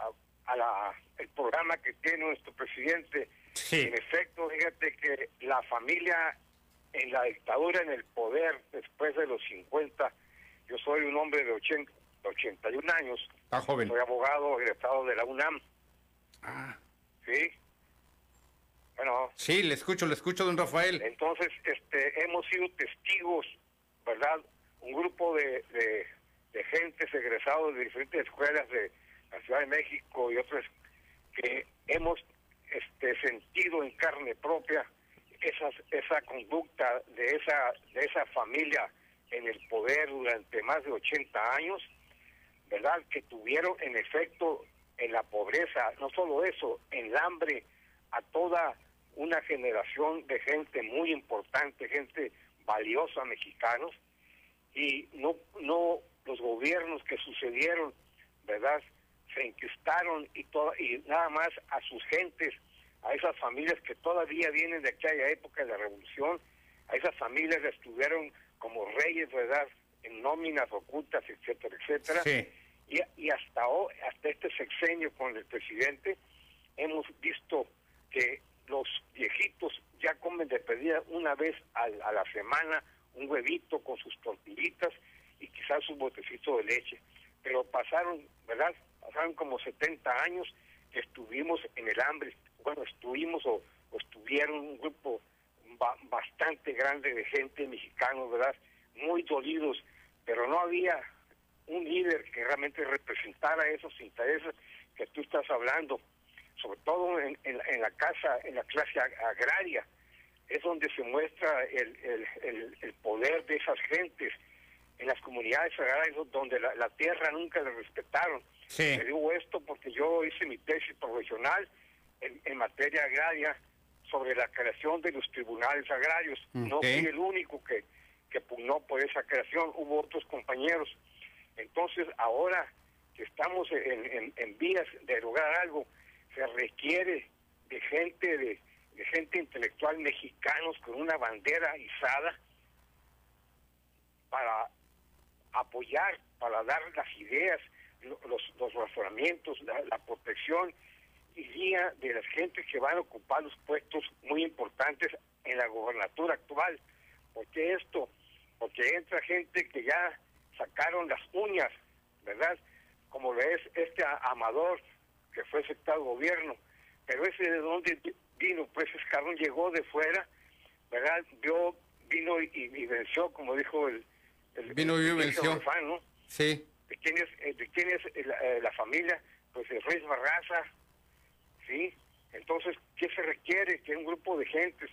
el programa que tiene nuestro presidente. Sí. En efecto, fíjate que la familia en la dictadura, en el poder, después de los 50, yo soy un hombre de 81 años. Está joven. Soy abogado egresado de la UNAM. Ah. ¿Sí? Bueno. Sí, le escucho, don Rafael. Entonces, hemos sido testigos, ¿verdad? Un grupo de gentes egresados de diferentes escuelas de la Ciudad de México y otras que hemos sentido en carne propia esa conducta de esa familia en el poder durante más de 80 años, ¿verdad? Que tuvieron en efecto en la pobreza, no solo eso, en el hambre, a toda una generación de gente muy importante, gente valiosa, mexicanos, y no los gobiernos que sucedieron, ¿verdad? Se enquistaron y nada más a sus gentes, a esas familias que todavía vienen de aquella época de la revolución, a esas familias las tuvieron como reyes, ¿verdad? En nóminas ocultas, etcétera, etcétera. Sí. Y hasta este sexenio con el presidente hemos visto que los viejitos ya comen de pedida una vez a la semana un huevito con sus tortillitas y quizás un botecito de leche. Pero pasaron, ¿verdad? Pasaron como 70 años que estuvimos en el hambre. Bueno, estuvimos o estuvieron un grupo bastante grande de gente mexicanos, ¿verdad? Muy dolidos, pero no había un líder que realmente representara esos intereses que tú estás hablando, sobre todo en la clase agraria. Es donde se muestra el poder de esas gentes, en las comunidades agrarias donde la tierra nunca la respetaron. Sí. Te digo esto porque yo hice mi tesis profesional en materia agraria sobre la creación de los tribunales agrarios. Okay. No fui el único que pugnó por esa creación, hubo otros compañeros. Entonces, ahora que estamos en vías de lograr algo, se requiere de gente intelectual mexicanos con una bandera izada para apoyar, para dar las ideas, los razonamientos, la protección y guía de las gentes que van a ocupar los puestos muy importantes en la gobernatura actual. ¿Por qué esto? Porque entra gente que ya sacaron las uñas, ¿verdad? Como lo es Amador, que fue secretario de gobierno. Pero ese de dónde vino, pues ese cabrón llegó de fuera, ¿verdad? Vino y venció, como dijo vino y venció. Refán, ¿no? Sí. ¿De quién es la familia? Pues de Ruiz Barraza, ¿sí? Entonces, ¿qué se requiere? Que un grupo de gentes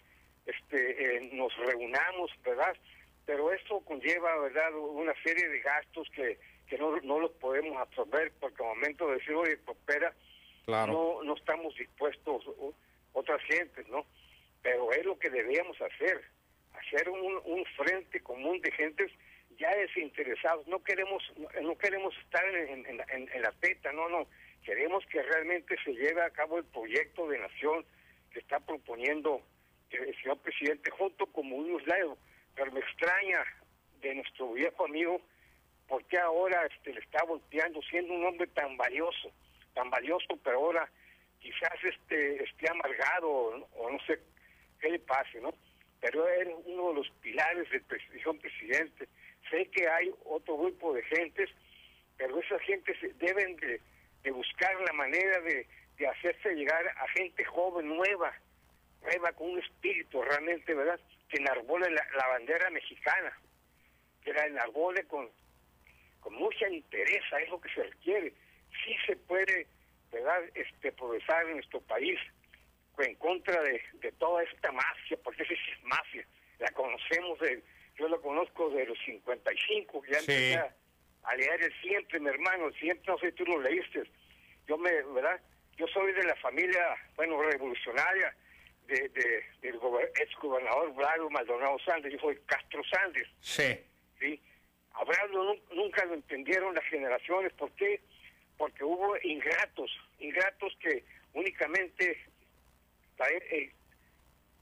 nos reunamos, ¿verdad? Pero esto conlleva, ¿verdad?, una serie de gastos que no los podemos absorber, porque al momento de decir, oye, coopera, claro, no estamos dispuestos otras gentes, ¿no? Pero es lo que debemos hacer un frente común de gentes ya desinteresados. No queremos estar en la teta, no. Queremos que realmente se lleve a cabo el proyecto de nación que está proponiendo el señor presidente junto con Muñoz Ledo. Pero me extraña de nuestro viejo amigo, porque ahora le está volteando, siendo un hombre tan valioso, pero ahora quizás esté amargado o no sé qué le pase, ¿no? Pero era uno de los pilares del presidente. Sé que hay otro grupo de gentes, pero esas gentes deben de buscar la manera de hacerse llegar a gente joven, nueva con un espíritu realmente, ¿verdad?, que enarbole la bandera mexicana, que la enarbole con mucha interés, es lo que se requiere. Sí se puede, ¿verdad?, progresar en nuestro país en contra de toda esta mafia, porque esa es mafia, la conocemos, yo la conozco de los 55, que ya empecé a leer el Siempre, mi hermano, el Siempre, no sé si tú lo leíste. ¿Verdad? Yo soy de la familia, revolucionaria, del ex gobernador Bravo Maldonado Sández. Yo soy Castro Sández. Sí. ¿Sí? A Bravo nunca lo entendieron las generaciones. ¿Por qué? Porque hubo ingratos que únicamente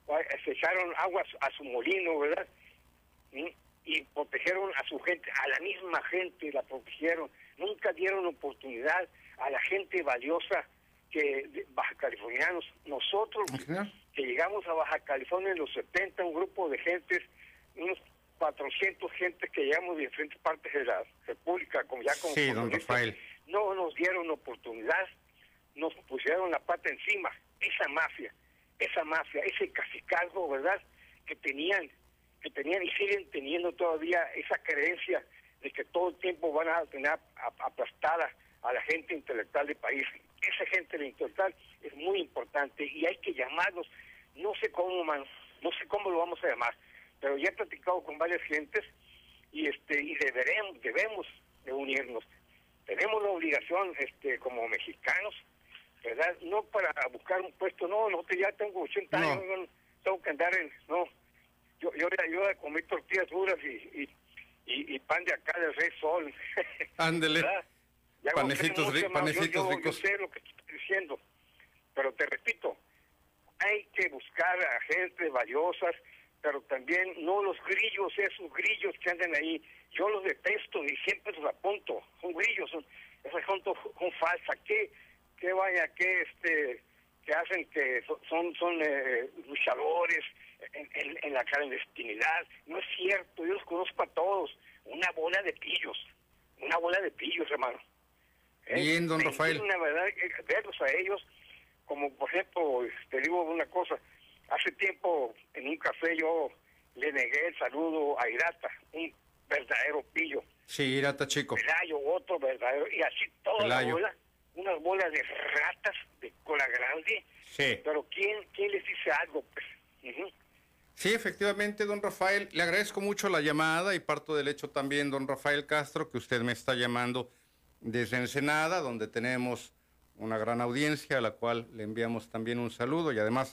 se echaron agua a su molino, ¿verdad? Y protegieron a su gente, a la misma gente la protegieron. Nunca dieron oportunidad a la gente valiosa baja californianos. Nosotros que llegamos a Baja California en los 70, un grupo de gentes, unos 400 gentes que llegamos de diferentes partes de la República, como sí, don Rafael. No nos dieron oportunidad, nos pusieron la pata encima. Esa mafia, ese cacicazgo, ¿verdad?, que tenían y siguen teniendo todavía esa creencia de que todo el tiempo van a tener aplastada a la gente intelectual del país. Esa gente intelectual es muy importante y hay que llamarlos, no sé cómo lo vamos a llamar, pero ya he platicado con varias gentes y debemos de unirnos. Tenemos la obligación como mexicanos, ¿verdad? No para buscar un puesto, no, ya tengo 80 años, no tengo que andar yo comí tortillas duras y pan de acá del Rey Sol. Ándele. Panecitos ricos. Yo sé lo que estoy diciendo, pero te repito, hay que buscar a gente valiosas, pero también no los grillos, esos grillos que andan ahí. Yo los detesto y siempre los apunto. Son grillos, esas son falsas. Que hacen que son luchadores en la clandestinidad. No es cierto, yo los conozco a todos. Una bola de pillos, hermano. Bien, don Rafael. La verdad, verlos a ellos, como por ejemplo, te digo una cosa, hace tiempo en un café yo le negué el saludo a Irata, un verdadero pillo. Sí, Irata chico. Pelayo, otro verdadero, y así toda la bola, unas bolas de ratas de cola grande. Sí. Pero ¿quién les dice algo? Pues? Sí, efectivamente, don Rafael, le agradezco mucho la llamada y parto del hecho también, don Rafael Castro, que usted me está llamando desde Ensenada, donde tenemos una gran audiencia, a la cual le enviamos también un saludo y además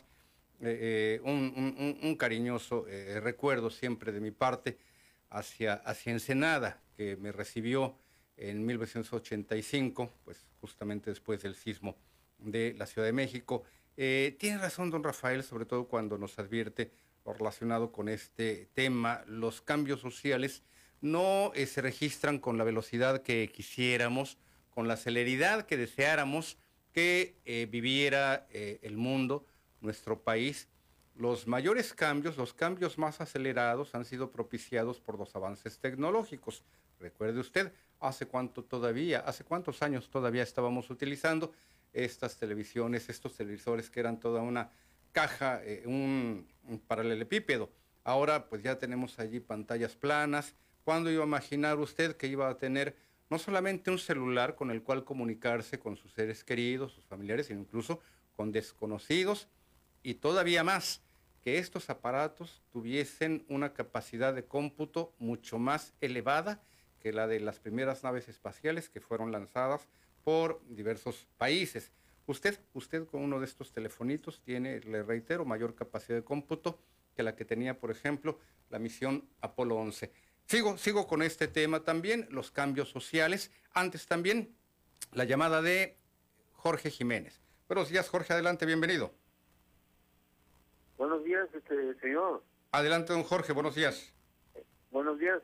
un cariñoso recuerdo siempre de mi parte hacia Ensenada, que me recibió en 1985, pues justamente después del sismo de la Ciudad de México. Tiene razón don Rafael, sobre todo cuando nos advierte lo relacionado con este tema. Los cambios sociales no se registran con la velocidad que quisiéramos, con la celeridad que deseáramos que viviera el mundo, nuestro país. Los mayores cambios, los cambios más acelerados han sido propiciados por los avances tecnológicos. Recuerde usted, ¿hace cuántos años todavía estábamos utilizando estas televisiones, estos televisores que eran toda una caja, un paralelepípedo? Ahora pues ya tenemos allí pantallas planas. ¿Cuándo iba a imaginar usted que iba a tener no solamente un celular con el cual comunicarse con sus seres queridos, sus familiares, sino incluso con desconocidos? Y todavía más, que estos aparatos tuviesen una capacidad de cómputo mucho más elevada que la de las primeras naves espaciales que fueron lanzadas por diversos países. Usted con uno de estos telefonitos tiene, le reitero, mayor capacidad de cómputo que la que tenía, por ejemplo, la misión Apolo 11. Sigo con este tema también, los cambios sociales. Antes también, la llamada de Jorge Jiménez. Buenos días, Jorge, adelante, bienvenido. Buenos días, señor. Adelante, don Jorge, buenos días. Buenos días,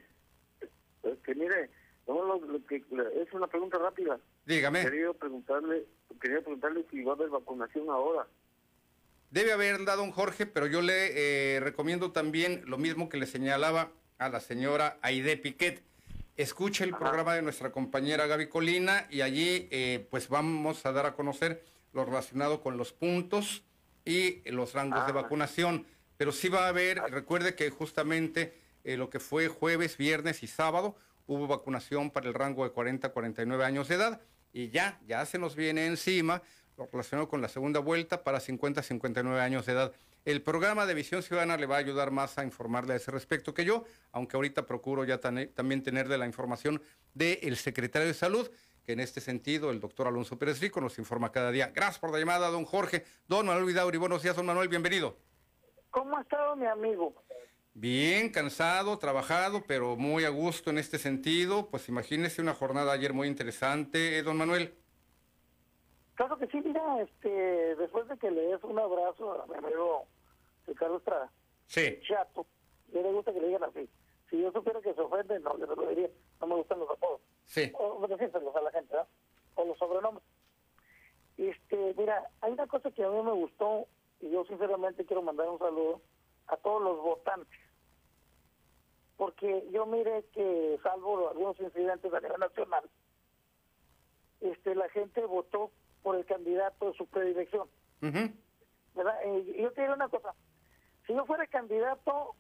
mire, es una pregunta rápida. Dígame. Quería preguntarle si va a haber vacunación ahora. Debe haberla, don Jorge, pero yo le recomiendo también lo mismo que le señalaba a la señora Aide Piquet. Escuche el programa de nuestra compañera Gaby Colina y allí pues vamos a dar a conocer lo relacionado con los puntos y los rangos de vacunación. Pero sí va a haber, recuerde que justamente lo que fue jueves, viernes y sábado hubo vacunación para el rango de 40 a 49 años de edad y ya se nos viene encima lo relacionado con la segunda vuelta para 50 a 59 años de edad. El programa de Visión Ciudadana le va a ayudar más a informarle a ese respecto que yo, aunque ahorita procuro ya también tenerle la información del secretario de Salud, que en este sentido el doctor Alonso Pérez Rico nos informa cada día. Gracias por la llamada, don Jorge. Don Manuel Vidauri, buenos días, don Manuel, bienvenido. ¿Cómo ha estado mi amigo? Bien, cansado, trabajado, pero muy a gusto en este sentido. Pues imagínese una jornada ayer muy interesante, don Manuel. Claro que sí, mira, después de que le des un abrazo a mi amigo Ricardo Estrada, Sí. chato, yo le gusta que le digan así. Si yo supiera que se ofende, no, yo no lo diría, no me gustan los apodos. Sí. O decírselos a la gente, ¿verdad? O los sobrenombres. Mira, hay una cosa que a mí me gustó, y yo sinceramente quiero mandar un saludo a todos los votantes. Porque yo mire que, salvo algunos incidentes a nivel nacional, la gente votó por el candidato de su predilección. ¿Verdad? Yo te diré una cosa, si yo fuera candidato,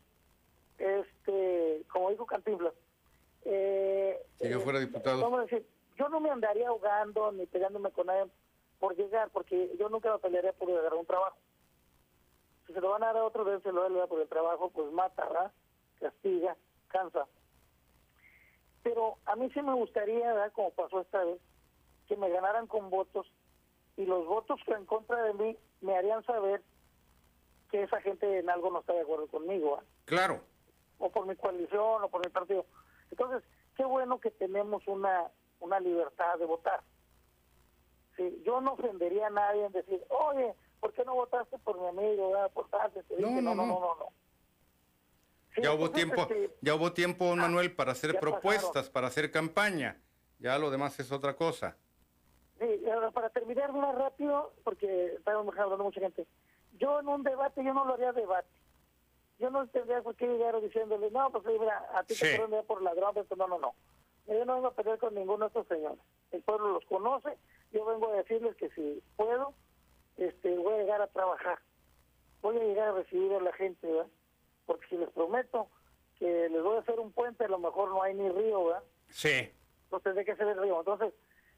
como dijo Cantinflas, si yo fuera diputado, vamos a decir, yo no me andaría ahogando ni pegándome con nadie por llegar, porque yo nunca me pelearía por agarrar un trabajo. Si se lo van a dar a otro, se lo da por el trabajo, pues mata, ¿verdad? Castiga, cansa. Pero a mí sí me gustaría, ¿verdad?, como pasó esta vez, que me ganaran con votos, y los votos que en contra de mí me harían saber que esa gente en algo no está de acuerdo conmigo, ¿verdad? Claro. O por mi coalición, o por mi partido. Entonces, qué bueno que tenemos una libertad de votar. Sí, yo no ofendería a nadie en decir, oye, ¿por qué no votaste por mi amigo? Por tal? No. Sí, ya hubo tiempo, Manuel, para hacer propuestas, pasaron, para hacer campaña. Ya lo demás es otra cosa. Sí, ahora para terminar más rápido, porque estamos hablando mucha gente. Yo en un debate, yo no lo haría debate. Yo no tendría por qué llegar diciéndole, no, pues mira, a ti te ponen por ladrón, pero no. Yo no vengo a pelear con ninguno de estos señores. El pueblo los conoce, yo vengo a decirles que si puedo, voy a llegar a trabajar. Voy a llegar a recibir a la gente, ¿verdad? Porque si les prometo que les voy a hacer un puente, a lo mejor no hay ni río, ¿verdad? Sí. Entonces tendré que hacer el río. Entonces,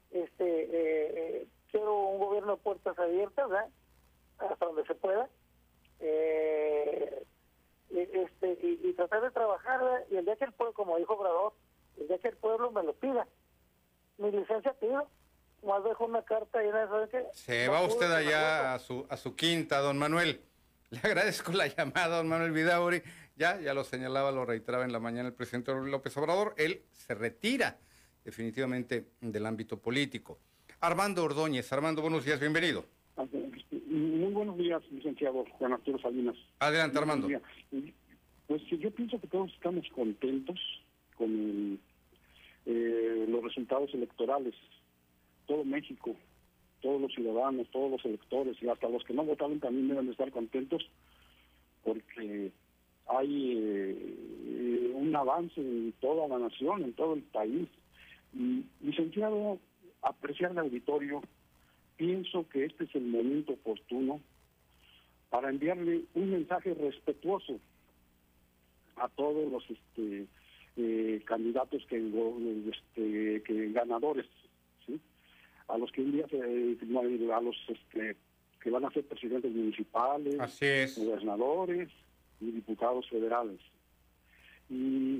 quiero un gobierno de puertas abiertas, ¿verdad? Hasta donde se pueda. Y tratar de trabajar, ¿verdad? Y el día que el pueblo, como dijo Obrador, el día que el pueblo me lo pida, mi licencia pido, más dejo una carta y una vez que... Se va usted allá a su quinta, don Manuel. Le agradezco la llamada, don Manuel Vidaurri. Ya lo señalaba, lo reiteraba en la mañana el presidente López Obrador. Él se retira definitivamente del ámbito político. Armando Ordóñez. Armando, buenos días, bienvenido. Muy buenos días, licenciado Juan Arturo Salinas. Adelante, Armando. Pues yo pienso que todos estamos contentos con los resultados electorales. Todo México, todos los ciudadanos, todos los electores y hasta los que no votaron también deben estar contentos porque hay un avance en toda la nación, en todo el país. Y, licenciado, apreciar el auditorio, pienso que este es el momento oportuno para enviarle un mensaje respetuoso a todos los candidatos que ganadores, ¿sí? A los que un día a los que van a ser presidentes municipales, así es, gobernadores y diputados federales. Y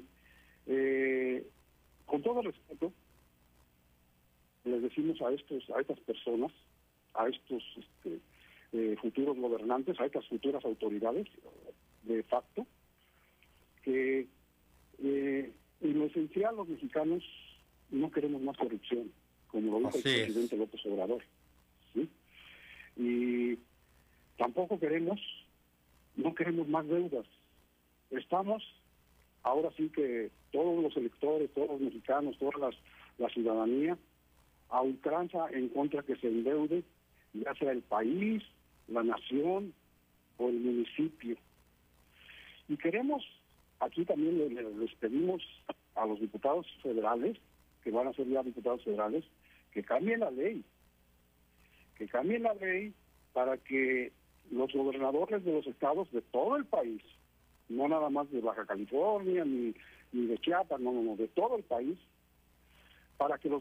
con todo respeto les decimos a estas personas, a estos futuros gobernantes, a estas futuras autoridades de facto, que en lo esencial los mexicanos no queremos más corrupción, como lo dijo el presidente López Obrador, ¿sí? Y tampoco no queremos más deudas. Estamos, ahora sí que todos los electores, todos los mexicanos, toda la ciudadanía, a ultranza en contra que se endeude, ya sea el país, la nación o el municipio. Y queremos, aquí también les pedimos a los diputados federales, que van a ser ya diputados federales, que cambien la ley. Que cambien la ley para que los gobernadores de los estados de todo el país, no nada más de Baja California ni de Chiapas, no, de todo el país, para que los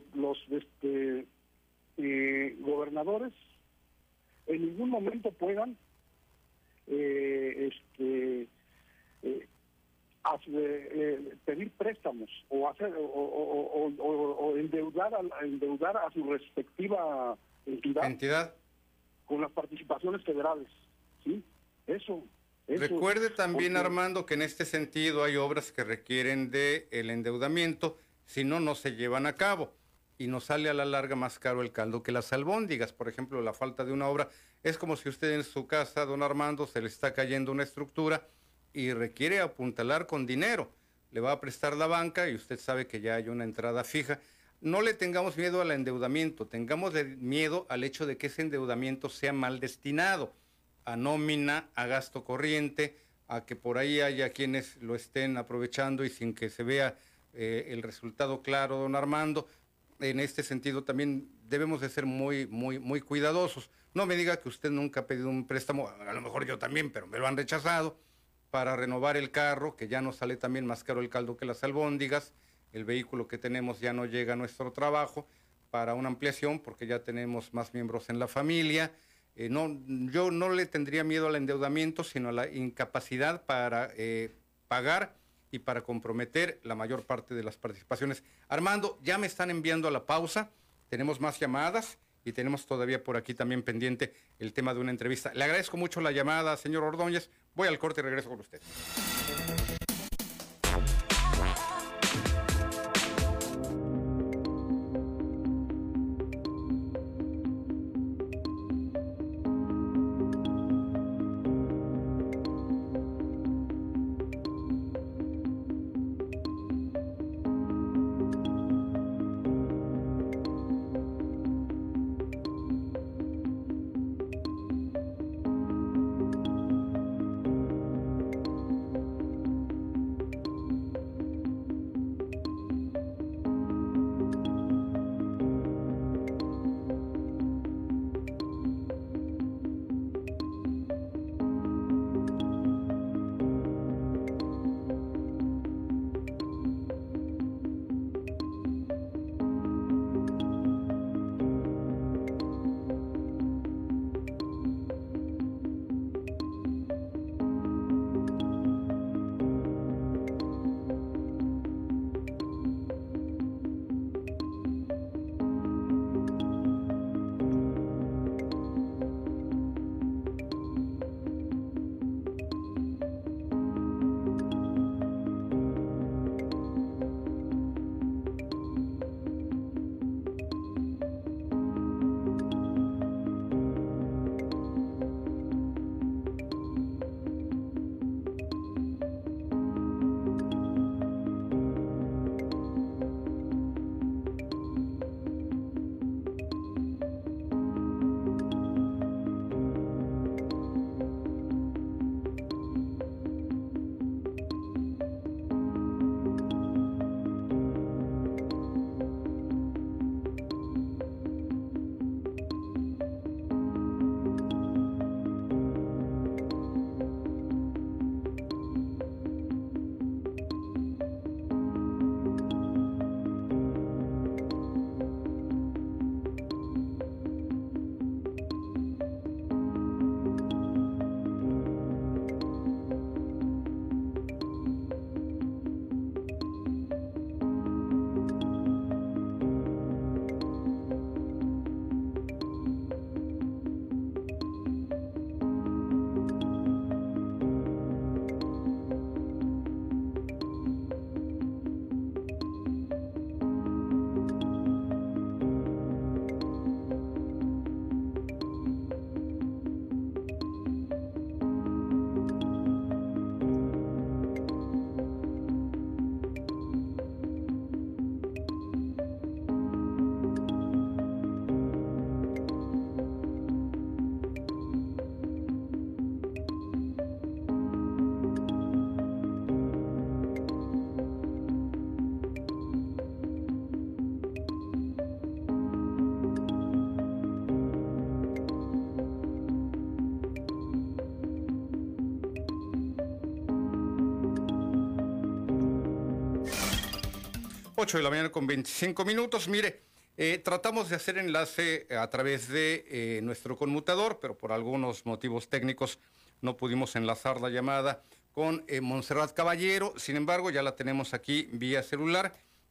gobernadores en ningún momento puedan pedir préstamos o hacer o endeudar a su respectiva entidad con las participaciones federales, ¿sí? Eso recuerde también, porque, Armando, que en este sentido hay obras que requieren de el endeudamiento, si no se llevan a cabo. y nos sale a la larga más caro el caldo que las albóndigas. Por ejemplo, la falta de una obra es como si usted en su casa, don Armando, se le está cayendo una estructura y requiere apuntalar con dinero. Le va a prestar la banca y usted sabe que ya hay una entrada fija. No le tengamos miedo al endeudamiento, tengamos miedo al hecho de que ese endeudamiento sea mal destinado a nómina, a gasto corriente, a que por ahí haya quienes lo estén aprovechando y sin que se vea el resultado claro, don Armando. En este sentido también debemos de ser muy cuidadosos. No me diga que usted nunca ha pedido un préstamo, a lo mejor yo también, pero me lo han rechazado, para renovar el carro, que ya nos sale también más caro el caldo que las albóndigas. El vehículo que tenemos ya no llega a nuestro trabajo, para una ampliación, porque ya tenemos más miembros en la familia. Yo no le tendría miedo al endeudamiento, sino a la incapacidad para pagar y para comprometer la mayor parte de las participaciones. Armando, ya me están enviando a la pausa, tenemos más llamadas y tenemos todavía por aquí también pendiente el tema de una entrevista. Le agradezco mucho la llamada, señor Ordóñez. Voy al corte y regreso con usted. Ocho de la mañana con 25 minutos. Mire, tratamos de hacer enlace a través de nuestro conmutador, pero por algunos motivos técnicos no pudimos enlazar la llamada con Montserrat Caballero. Sin embargo, ya la tenemos aquí vía celular.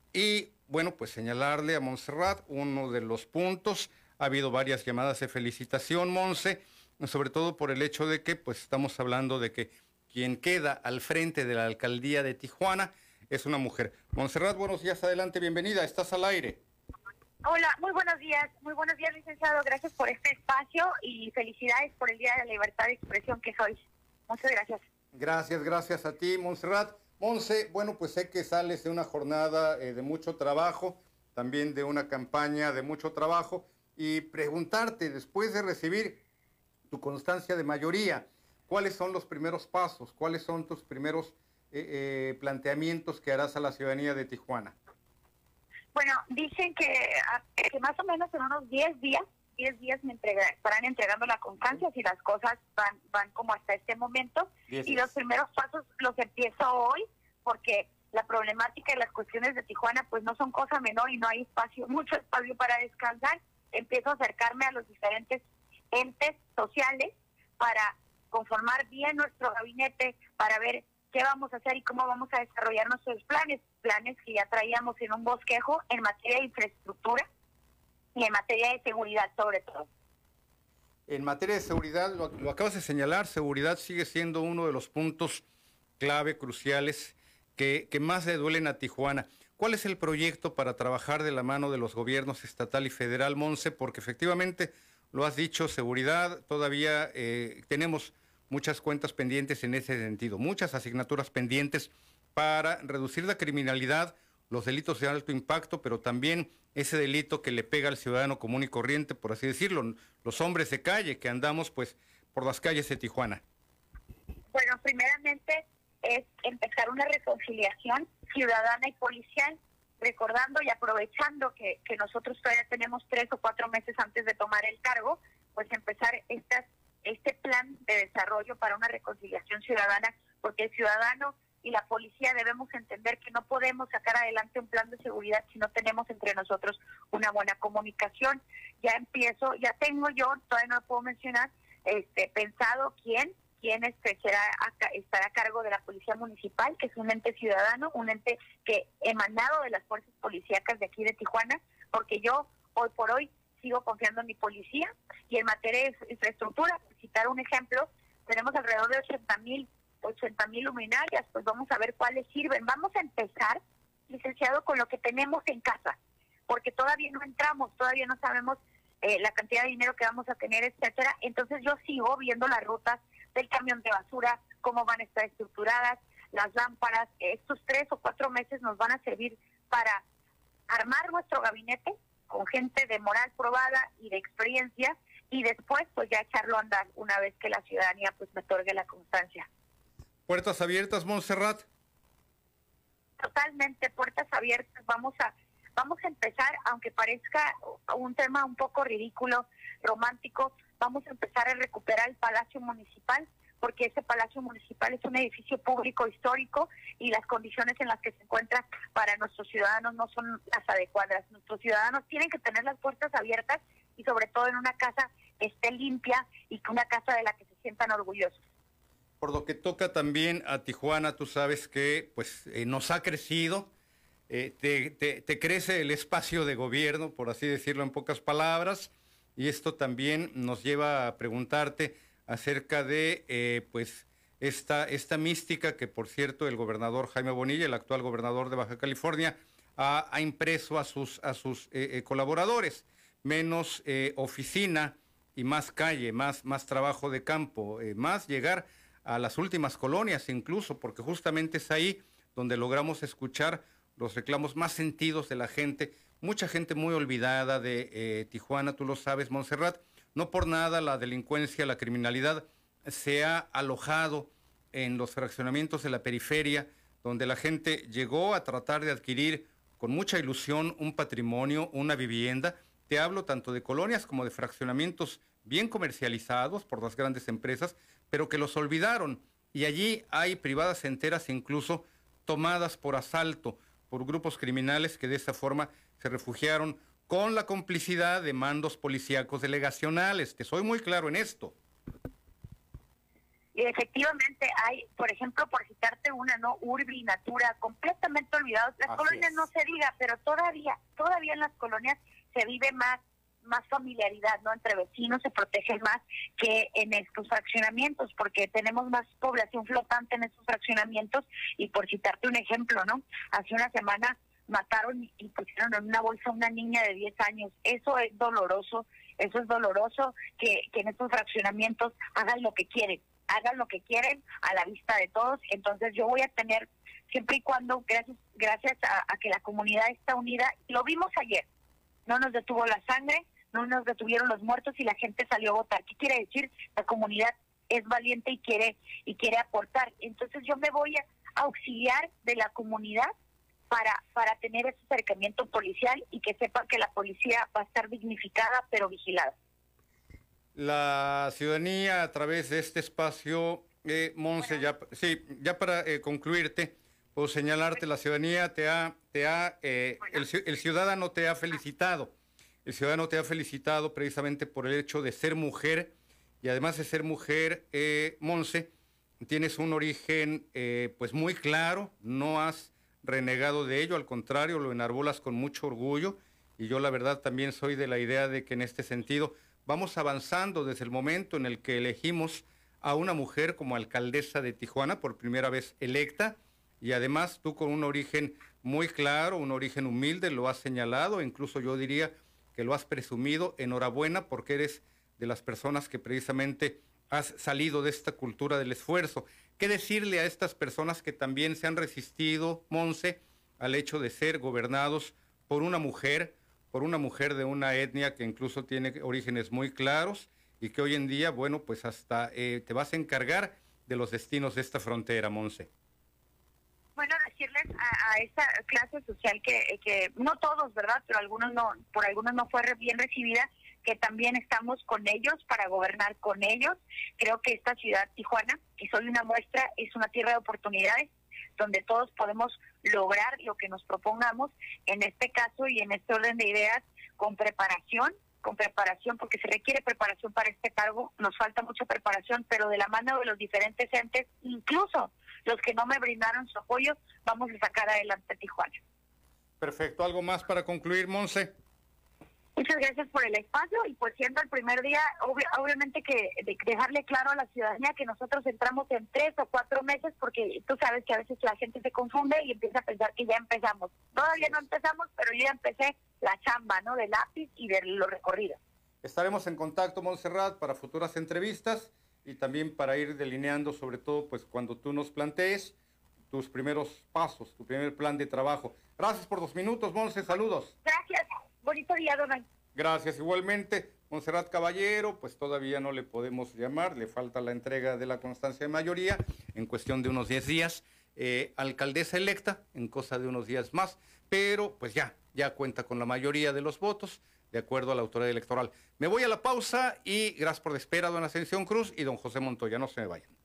Y bueno, pues señalarle a Montserrat uno de los puntos. Ha habido varias llamadas de felicitación, Monse, sobre todo por el hecho de que pues estamos hablando de que quien queda al frente de la alcaldía de Tijuana es una mujer. Montserrat, buenos días, adelante, bienvenida, estás al aire. Hola, muy buenos días, licenciado. Gracias por este espacio y felicidades por el Día de la Libertad de Expresión que es hoy. Muchas gracias. Gracias a ti, Montserrat. Monse, bueno, pues sé que sales de una jornada de mucho trabajo, también de una campaña de mucho trabajo, y preguntarte, después de recibir tu constancia de mayoría, ¿cuáles son los primeros pasos? ¿Cuáles son tus primeros planteamientos que harás a la ciudadanía de Tijuana? Bueno, dicen que más o menos en unos 10 días me estarán entregando la constancia si las cosas van como hasta este momento. Y los primeros pasos los empiezo hoy porque la problemática y las cuestiones de Tijuana pues no son cosa menor y no hay mucho espacio para descansar. Empiezo a acercarme a los diferentes entes sociales para conformar bien nuestro gabinete, para ver qué vamos a hacer y cómo vamos a desarrollar nuestros planes que ya traíamos en un bosquejo en materia de infraestructura y en materia de seguridad sobre todo. En materia de seguridad, lo acabas de señalar, seguridad sigue siendo uno de los puntos clave, cruciales, que más le duelen a Tijuana. ¿Cuál es el proyecto para trabajar de la mano de los gobiernos estatal y federal, Monse? Porque efectivamente, lo has dicho, seguridad, todavía tenemos muchas cuentas pendientes en ese sentido, muchas asignaturas pendientes para reducir la criminalidad, los delitos de alto impacto, pero también ese delito que le pega al ciudadano común y corriente, por así decirlo, los hombres de calle que andamos pues por las calles de Tijuana. Bueno, primeramente es empezar una reconciliación ciudadana y policial, recordando y aprovechando que nosotros todavía tenemos 3 o 4 meses antes de tomar el cargo, pues empezar este plan de desarrollo para una reconciliación ciudadana, porque el ciudadano y la policía debemos entender que no podemos sacar adelante un plan de seguridad si no tenemos entre nosotros una buena comunicación. Ya tengo yo, todavía no lo puedo mencionar, pensado quién estará a cargo de la Policía Municipal, que es un ente ciudadano, un ente que emanado de las fuerzas policíacas de aquí de Tijuana, porque yo hoy por hoy sigo confiando en mi policía. Y en materia de infraestructura, por citar un ejemplo, tenemos alrededor de 80,000 luminarias, pues vamos a ver cuáles sirven. Vamos a empezar, licenciado, con lo que tenemos en casa, porque todavía no entramos, todavía no sabemos la cantidad de dinero que vamos a tener, etcétera. Entonces yo sigo viendo las rutas del camión de basura, cómo van a estar estructuradas, las lámparas. Estos 3 o 4 meses nos van a servir para armar nuestro gabinete con gente de moral probada y de experiencia, y después pues ya echarlo a andar una vez que la ciudadanía pues me otorgue la constancia. ¿Puertas abiertas, Montserrat? Totalmente, puertas abiertas. Vamos a empezar, aunque parezca un tema un poco ridículo, romántico, vamos a empezar a recuperar el Palacio Municipal, porque ese Palacio Municipal es un edificio público histórico y las condiciones en las que se encuentra para nuestros ciudadanos no son las adecuadas. Nuestros ciudadanos tienen que tener las puertas abiertas y sobre todo en una casa que esté limpia y una casa de la que se sientan orgullosos. Por lo que toca también a Tijuana, tú sabes que pues nos ha crecido, te crece el espacio de gobierno, por así decirlo en pocas palabras, y esto también nos lleva a preguntarte acerca de pues esta mística que, por cierto, el gobernador Jaime Bonilla, el actual gobernador de Baja California, ha impreso a sus colaboradores: menos oficina y más calle, más trabajo de campo, más llegar a las últimas colonias incluso, porque justamente es ahí donde logramos escuchar los reclamos más sentidos de la gente, mucha gente muy olvidada de Tijuana, tú lo sabes, Montserrat. No por nada la delincuencia, la criminalidad se ha alojado en los fraccionamientos de la periferia, donde la gente llegó a tratar de adquirir con mucha ilusión un patrimonio, una vivienda. Te hablo tanto de colonias como de fraccionamientos bien comercializados por las grandes empresas, pero que los olvidaron. Y allí hay privadas enteras incluso tomadas por asalto por grupos criminales que de esa forma se refugiaron con la complicidad de mandos policíacos delegacionales. Te soy muy claro en esto. Y efectivamente hay, por ejemplo, por citarte una, ¿no? Urbi, Natura, completamente olvidados. Las colonias no se diga, pero todavía en las colonias se vive más familiaridad, ¿no? Entre vecinos se protegen más que en estos fraccionamientos, porque tenemos más población flotante en estos fraccionamientos. Y por citarte un ejemplo, ¿no? Hace una semana mataron y pusieron en una bolsa a una niña de 10 años. Eso es doloroso que en estos fraccionamientos hagan lo que quieren a la vista de todos. Entonces yo voy a tener, siempre y cuando, gracias a que la comunidad está unida, lo vimos ayer, no nos detuvo la sangre, no nos detuvieron los muertos y la gente salió a votar. ¿Qué quiere decir? La comunidad es valiente y quiere aportar. Entonces yo me voy a auxiliar de la comunidad para tener ese acercamiento policial y que sepan que la policía va a estar dignificada pero vigilada. La ciudadanía a través de este espacio, Monse, ya para concluirte, puedo señalarte, la ciudadanía el ciudadano te ha felicitado. El ciudadano te ha felicitado precisamente por el hecho de ser mujer, y además de ser mujer, Monse, tienes un origen pues muy claro, no has renegado de ello, al contrario, lo enarbolas con mucho orgullo, y yo la verdad también soy de la idea de que en este sentido vamos avanzando desde el momento en el que elegimos a una mujer como alcaldesa de Tijuana, por primera vez electa, y además tú con un origen muy claro, un origen humilde, lo has señalado, incluso yo diría que lo has presumido. Enhorabuena, porque eres de las personas que precisamente has salido de esta cultura del esfuerzo. ¿Qué decirle a estas personas que también se han resistido, Monse, al hecho de ser gobernados por una mujer de una etnia que incluso tiene orígenes muy claros y que hoy en día, bueno, pues hasta te vas a encargar de los destinos de esta frontera, Monse? Bueno, decirles a esta clase social que no todos, ¿verdad? Pero por algunos no fue bien recibida, que también estamos con ellos para gobernar con ellos. Creo que esta ciudad, Tijuana, y soy una muestra, es una tierra de oportunidades donde todos podemos lograr lo que nos propongamos, en este caso y en este orden de ideas, con preparación, porque se requiere preparación para este cargo, nos falta mucha preparación, pero de la mano de los diferentes entes, incluso los que no me brindaron su apoyo, vamos a sacar adelante Tijuana. Perfecto. ¿Algo más para concluir, Monse? Muchas gracias por el espacio, y pues siendo el primer día, obviamente que dejarle claro a la ciudadanía que nosotros entramos en 3 o 4 meses, porque tú sabes que a veces la gente se confunde y empieza a pensar que ya empezamos. Todavía no empezamos, pero yo ya empecé la chamba, ¿no? Del lápiz y de los recorridos. Estaremos en contacto, Montserrat, para futuras entrevistas y también para ir delineando, sobre todo, pues cuando tú nos plantees tus primeros pasos, tu primer plan de trabajo. Gracias por 2 minutos, Monse, saludos. Gracias. Bonito día, Donald. Gracias, igualmente. Montserrat Caballero, pues todavía no le podemos llamar, le falta la entrega de la constancia de mayoría en cuestión de unos 10 días. Alcaldesa electa en cosa de unos días más, pero pues ya cuenta con la mayoría de los votos, de acuerdo a la autoridad electoral. Me voy a la pausa y gracias por la espera, don Ascensión Cruz y don José Montoya. No se me vayan.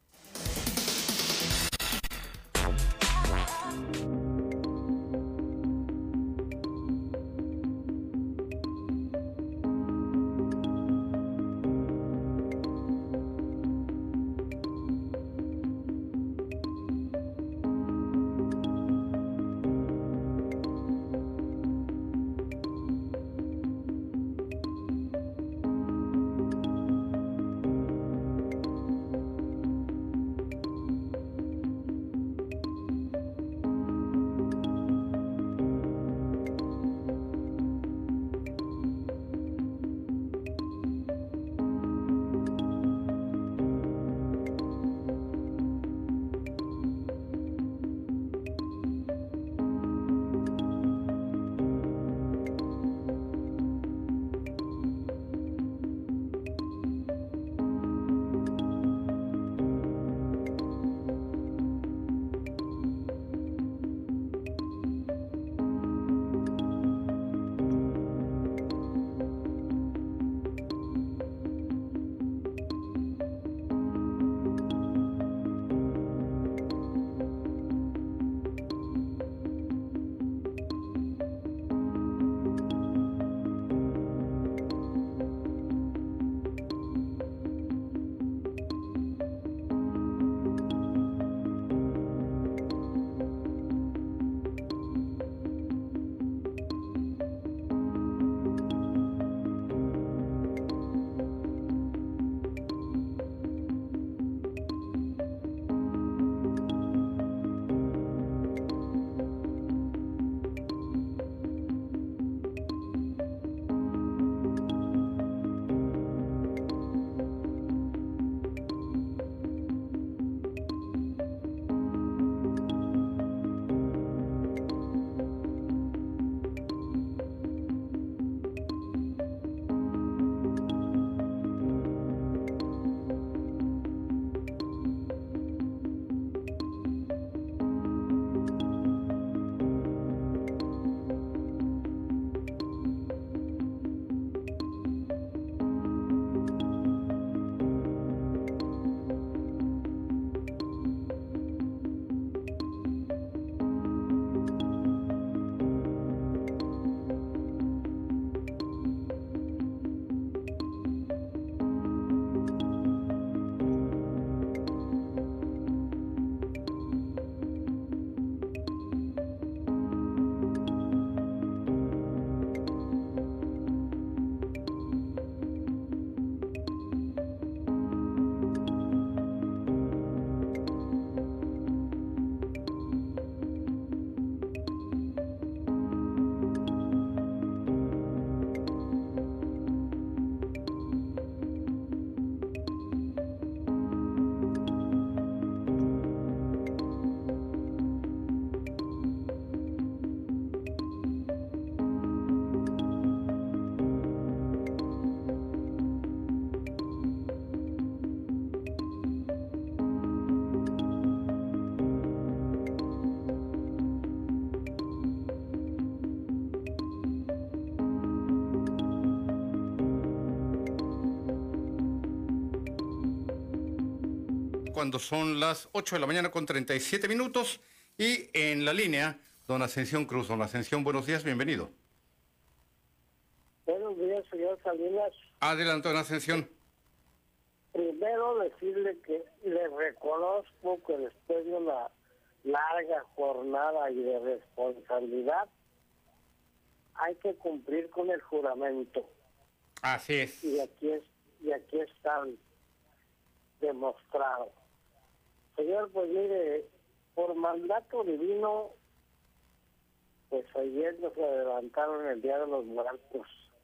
cuando son las 8 de la mañana con 37 minutos. Y en la línea, don Ascensión Cruz. Don Ascensión, buenos días, bienvenido. Buenos días, señor Salinas. Adelante, don Ascensión. Primero decirle que le reconozco que después de una larga jornada y de responsabilidad, hay que cumplir con el juramento. Así es. Y aquí están demostrados. Señor, pues mire, por mandato divino, pues ayer nos adelantaron el Día de los Muertos.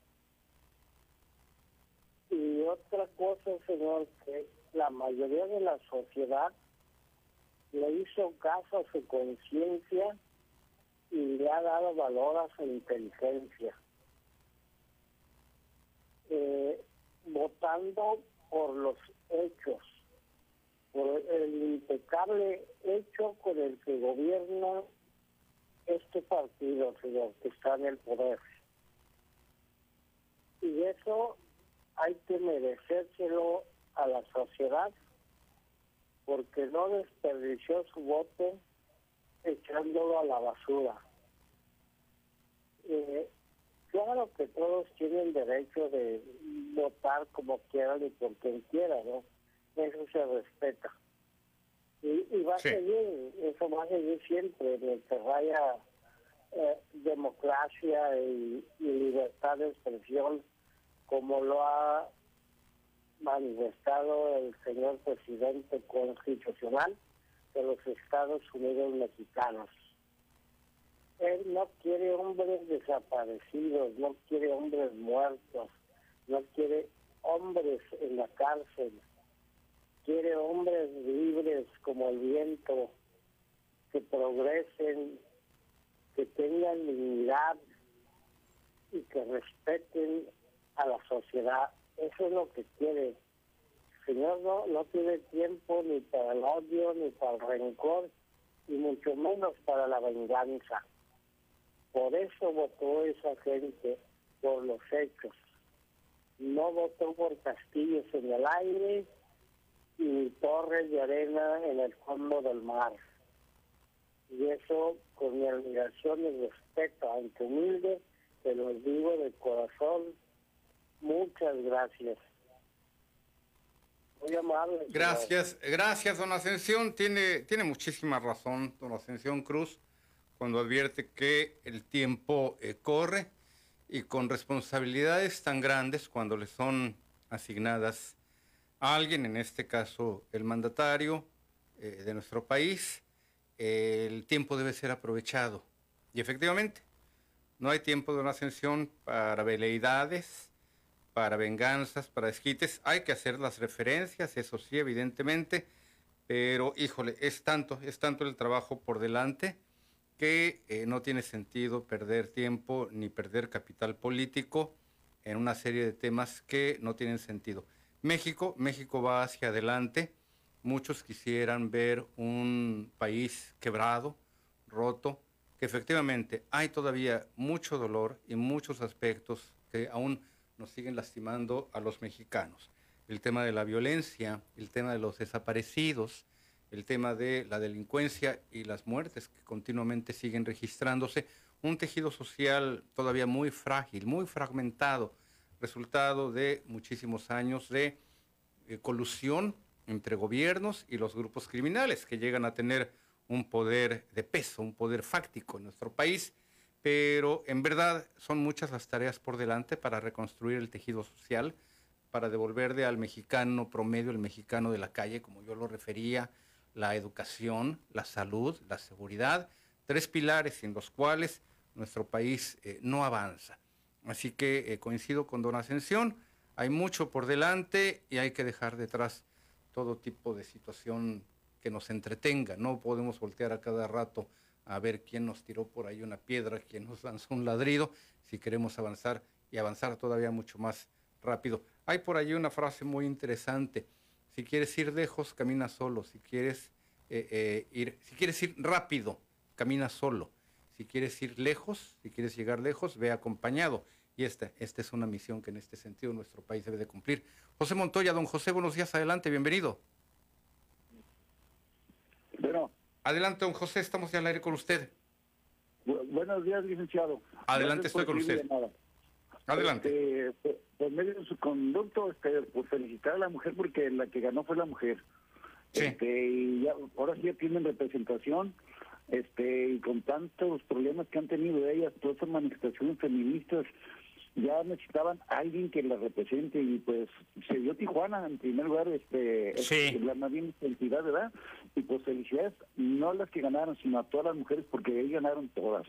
Y otra cosa, señor, que la mayoría de la sociedad le hizo caso a su conciencia y le ha dado valor a su inteligencia. Votando por los hechos, por el impecable hecho con el que gobierna este partido, señor, que está en el poder. Y eso hay que merecérselo a la sociedad, porque no desperdició su voto echándolo a la basura. Claro que todos tienen derecho de votar como quieran y por quien quiera, ¿no? Eso se respeta. Y va a seguir, eso va a seguir siempre, mientras haya democracia y libertad de expresión, como lo ha manifestado el señor presidente constitucional de los Estados Unidos mexicanos. Él no quiere hombres desaparecidos, no quiere hombres muertos, no quiere hombres en la cárcel, quiere hombres libres como el viento, que progresen, que tengan dignidad y que respeten a la sociedad. Eso es lo que quiere. El señor no tiene tiempo ni para el odio, ni para el rencor, y mucho menos para la venganza. Por eso votó esa gente, por los hechos. No votó por castillos en el aire y torres de arena en el fondo del mar. Y eso, con mi admiración y respeto, aunque humilde, te lo digo de corazón, muchas gracias. Muy amable. Gracias, don Ascensión. Tiene muchísima razón, don Ascensión Cruz, cuando advierte que el tiempo corre y con responsabilidades tan grandes cuando le son asignadas a alguien, en este caso el mandatario de nuestro país, el tiempo debe ser aprovechado. Y efectivamente, no hay tiempo de una Ascensión para veleidades, para venganzas, para desquites. Hay que hacer las referencias, eso sí, evidentemente, pero híjole, es tanto el trabajo por delante que no tiene sentido perder tiempo ni perder capital político en una serie de temas que no tienen sentido. México va hacia adelante. Muchos quisieran ver un país quebrado, roto, que efectivamente hay todavía mucho dolor y muchos aspectos que aún nos siguen lastimando a los mexicanos. El tema de la violencia, el tema de los desaparecidos, el tema de la delincuencia y las muertes que continuamente siguen registrándose, un tejido social todavía muy frágil, muy fragmentado, resultado de muchísimos años de colusión entre gobiernos y los grupos criminales que llegan a tener un poder de peso, un poder fáctico en nuestro país, pero en verdad son muchas las tareas por delante para reconstruir el tejido social, para devolverle al mexicano promedio, el mexicano de la calle, como yo lo refería, la educación, la salud, la seguridad, 3 pilares sin los cuales nuestro país no avanza. Así que coincido con don Ascensión, hay mucho por delante y hay que dejar detrás todo tipo de situación que nos entretenga. No podemos voltear a cada rato a ver quién nos tiró por ahí una piedra, quién nos lanzó un ladrido, si queremos avanzar y avanzar todavía mucho más rápido. Hay por ahí una frase muy interesante: si quieres ir lejos, camina solo. Si quieres ir rápido, camina solo. Si quieres ir lejos, si quieres llegar lejos, ve acompañado. Y esta es una misión que en este sentido nuestro país debe de cumplir. José Montoya, don José, buenos días, adelante, bienvenido. Bueno. Adelante, don José, estamos ya al aire con usted. Buenos días, licenciado. Adelante, estoy con usted. Adelante. Por medio de su conducto, pues felicitar a la mujer porque la que ganó fue la mujer. Sí. Y ya, ahora sí ya tienen representación, y con tantos problemas que han tenido ellas, todas esas manifestaciones feministas, ya necesitaban a alguien que la represente, y pues se dio Tijuana en primer lugar, la más bien entidad, ¿verdad? Y pues felicidades, no a las que ganaron, sino a todas las mujeres, porque ahí ganaron todas.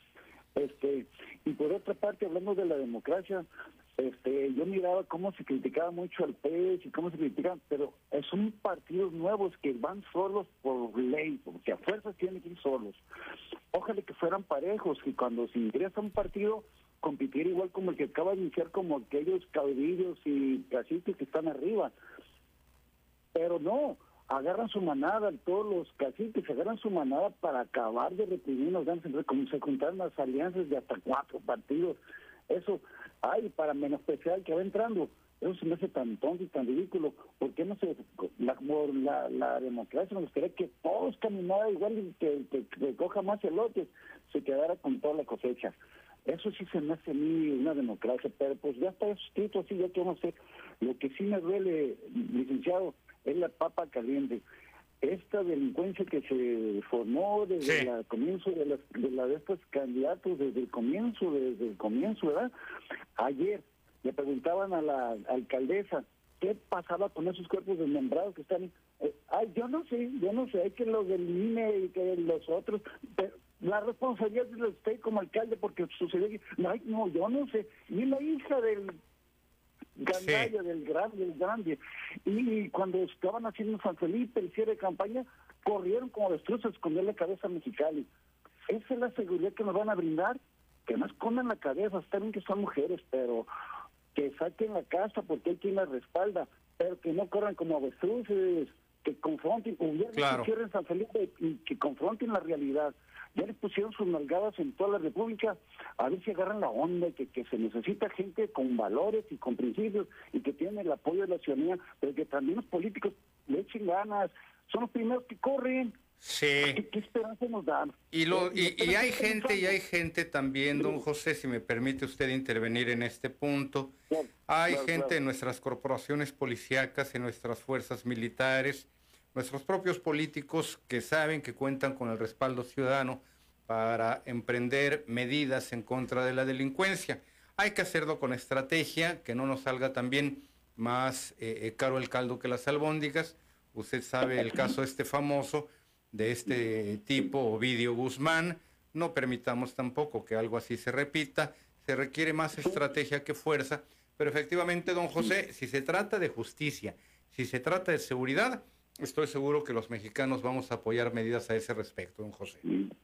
Y por otra parte, hablando de la democracia, yo miraba cómo se criticaba mucho al PES y cómo se critican, pero son partidos nuevos que van solos por ley, porque a fuerzas tienen que ir solos. Ojalá que fueran parejos, que cuando se ingresa un partido compitiera igual como el que acaba de iniciar, como aquellos caudillos y caciques que están arriba. Pero no, agarran su manada, todos los caciques agarran su manada para acabar de reprimir los grandes, como se juntaron las alianzas de hasta 4 partidos. Eso, para menospreciar al que va entrando, eso se me hace tan tonto y tan ridículo. ¿Por qué no se... La democracia me gustaría que todos caminaran igual y que recoja más elotes, se quedara con toda la cosecha. Eso sí se me hace a mí una democracia, pero pues ya está escrito así, ya que no sé. Lo que sí me duele, licenciado, es la papa caliente. Esta delincuencia que se formó desde el comienzo de estos candidatos, desde el comienzo, ¿verdad? Ayer le preguntaban a la alcaldesa qué pasaba con esos cuerpos desmembrados que están... yo no sé, hay que los del INE y que los otros... Pero la responsabilidad es de usted como alcalde, porque sucedió que... No, yo no sé. Y la hija del... Gandaya, del grande, y cuando estaban haciendo San Felipe el cierre de campaña, corrieron como destrozos a esconder la cabeza a Mexicali. Esa es la seguridad que nos van a brindar, que no escondan la cabeza. Está bien que son mujeres, pero que saquen la casa porque hay quien la respalda, pero que no corran como avestruces, que confronten, que cierren San Felipe y que confronten la realidad. Ya les pusieron sus nalgadas en toda la República, a ver si agarran la onda, que se necesita gente con valores y con principios y que tienen el apoyo de la ciudadanía, pero que también los políticos le echen ganas, son los primeros que corren. Sí. ¿Qué esperanza nos dan? Y hay gente también, don José, si me permite usted intervenir en este punto, hay gente en nuestras corporaciones policíacas, en nuestras fuerzas militares, nuestros propios políticos que saben que cuentan con el respaldo ciudadano para emprender medidas en contra de la delincuencia. Hay que hacerlo con estrategia, que no nos salga también más caro el caldo que las albóndigas. Usted sabe el caso famoso de este tipo, Ovidio Guzmán. No permitamos tampoco que algo así se repita. Se requiere más estrategia que fuerza. Pero efectivamente, don José, si se trata de justicia, si se trata de seguridad, estoy seguro que los mexicanos vamos a apoyar medidas a ese respecto, don José.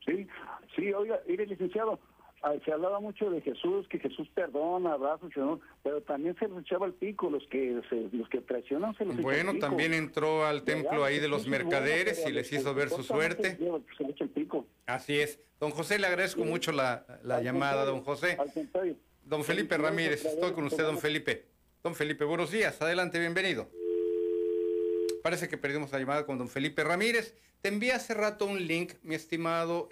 Sí, oiga, mire, licenciado, se hablaba mucho de Jesús, que Jesús perdona, abraza, pero también se les echaba el pico, los que traicionan se los echa el pico. También entró al templo ahí de los mercaderes y les hizo ver su suerte. Se le echa el pico. Así es. Don José, le agradezco mucho la llamada, don José. Don Felipe Ramírez, estoy con usted, don Felipe. Don Felipe, buenos días, adelante, bienvenido. Parece que perdimos la llamada con don Felipe Ramírez. Te envié hace rato un link, mi estimado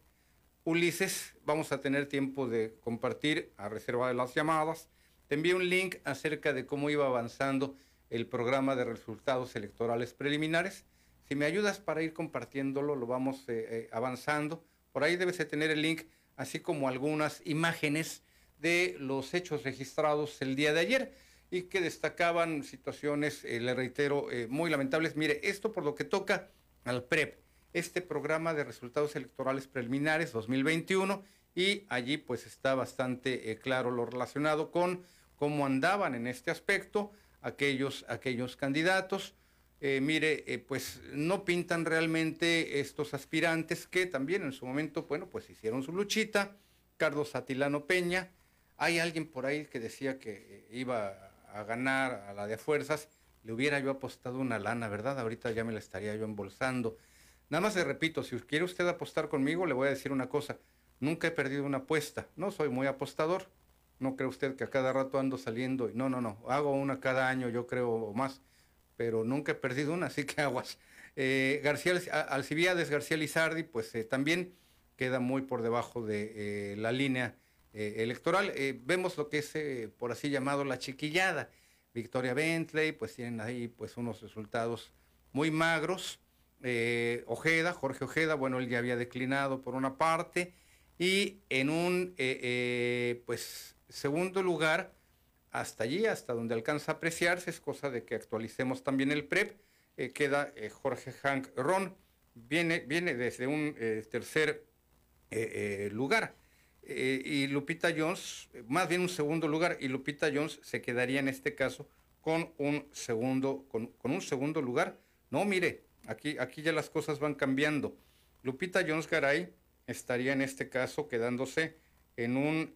Ulises. Vamos a tener tiempo de compartir a reserva de las llamadas. Te envié un link acerca de cómo iba avanzando el programa de resultados electorales preliminares. Si me ayudas para ir compartiéndolo, lo vamos avanzando. Por ahí debes de tener el link, así como algunas imágenes de los hechos registrados el día de ayer y que destacaban situaciones, le reitero, muy lamentables. Mire, esto por lo que toca al PREP, este programa de resultados electorales preliminares 2021, y allí pues está bastante claro lo relacionado con cómo andaban en este aspecto aquellos candidatos. Pues no pintan realmente estos aspirantes que también en su momento, bueno, pues hicieron su luchita. Carlos Atilano Peña, hay alguien por ahí que decía que iba a ganar a la de a fuerzas, le hubiera yo apostado una lana, ¿verdad? Ahorita ya me la estaría yo embolsando. Nada más le repito, si quiere usted apostar conmigo, le voy a decir una cosa, nunca he perdido una apuesta, no soy muy apostador, no cree usted que a cada rato ando saliendo, no, hago una cada año, yo creo, o más, pero nunca he perdido una, así que aguas. Alcibiades, García Lizardi, pues también queda muy por debajo de la línea electoral. Vemos lo que es, por así llamado, la chiquillada. Victoria Bentley, pues tienen ahí pues unos resultados muy magros. Jorge Ojeda, bueno, él ya había declinado por una parte. Y en un pues segundo lugar, hasta allí, hasta donde alcanza a apreciarse, es cosa de que actualicemos también el PREP, queda Jorge Hank Ron, viene desde un tercer lugar. Y Lupita Jones, más bien un segundo lugar, y Lupita Jones se quedaría en este caso con un segundo lugar. No, mire, aquí ya las cosas van cambiando. Lupita Jones Garay estaría en este caso quedándose en un,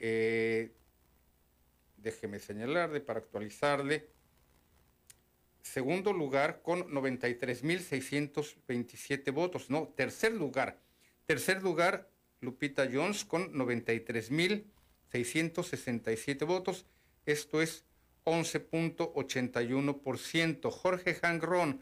déjeme señalarle para actualizarle, segundo lugar con 93,627 votos. No, tercer lugar, Lupita Jones con 93,667 votos. Esto es 11.81%. Jorge Hangron,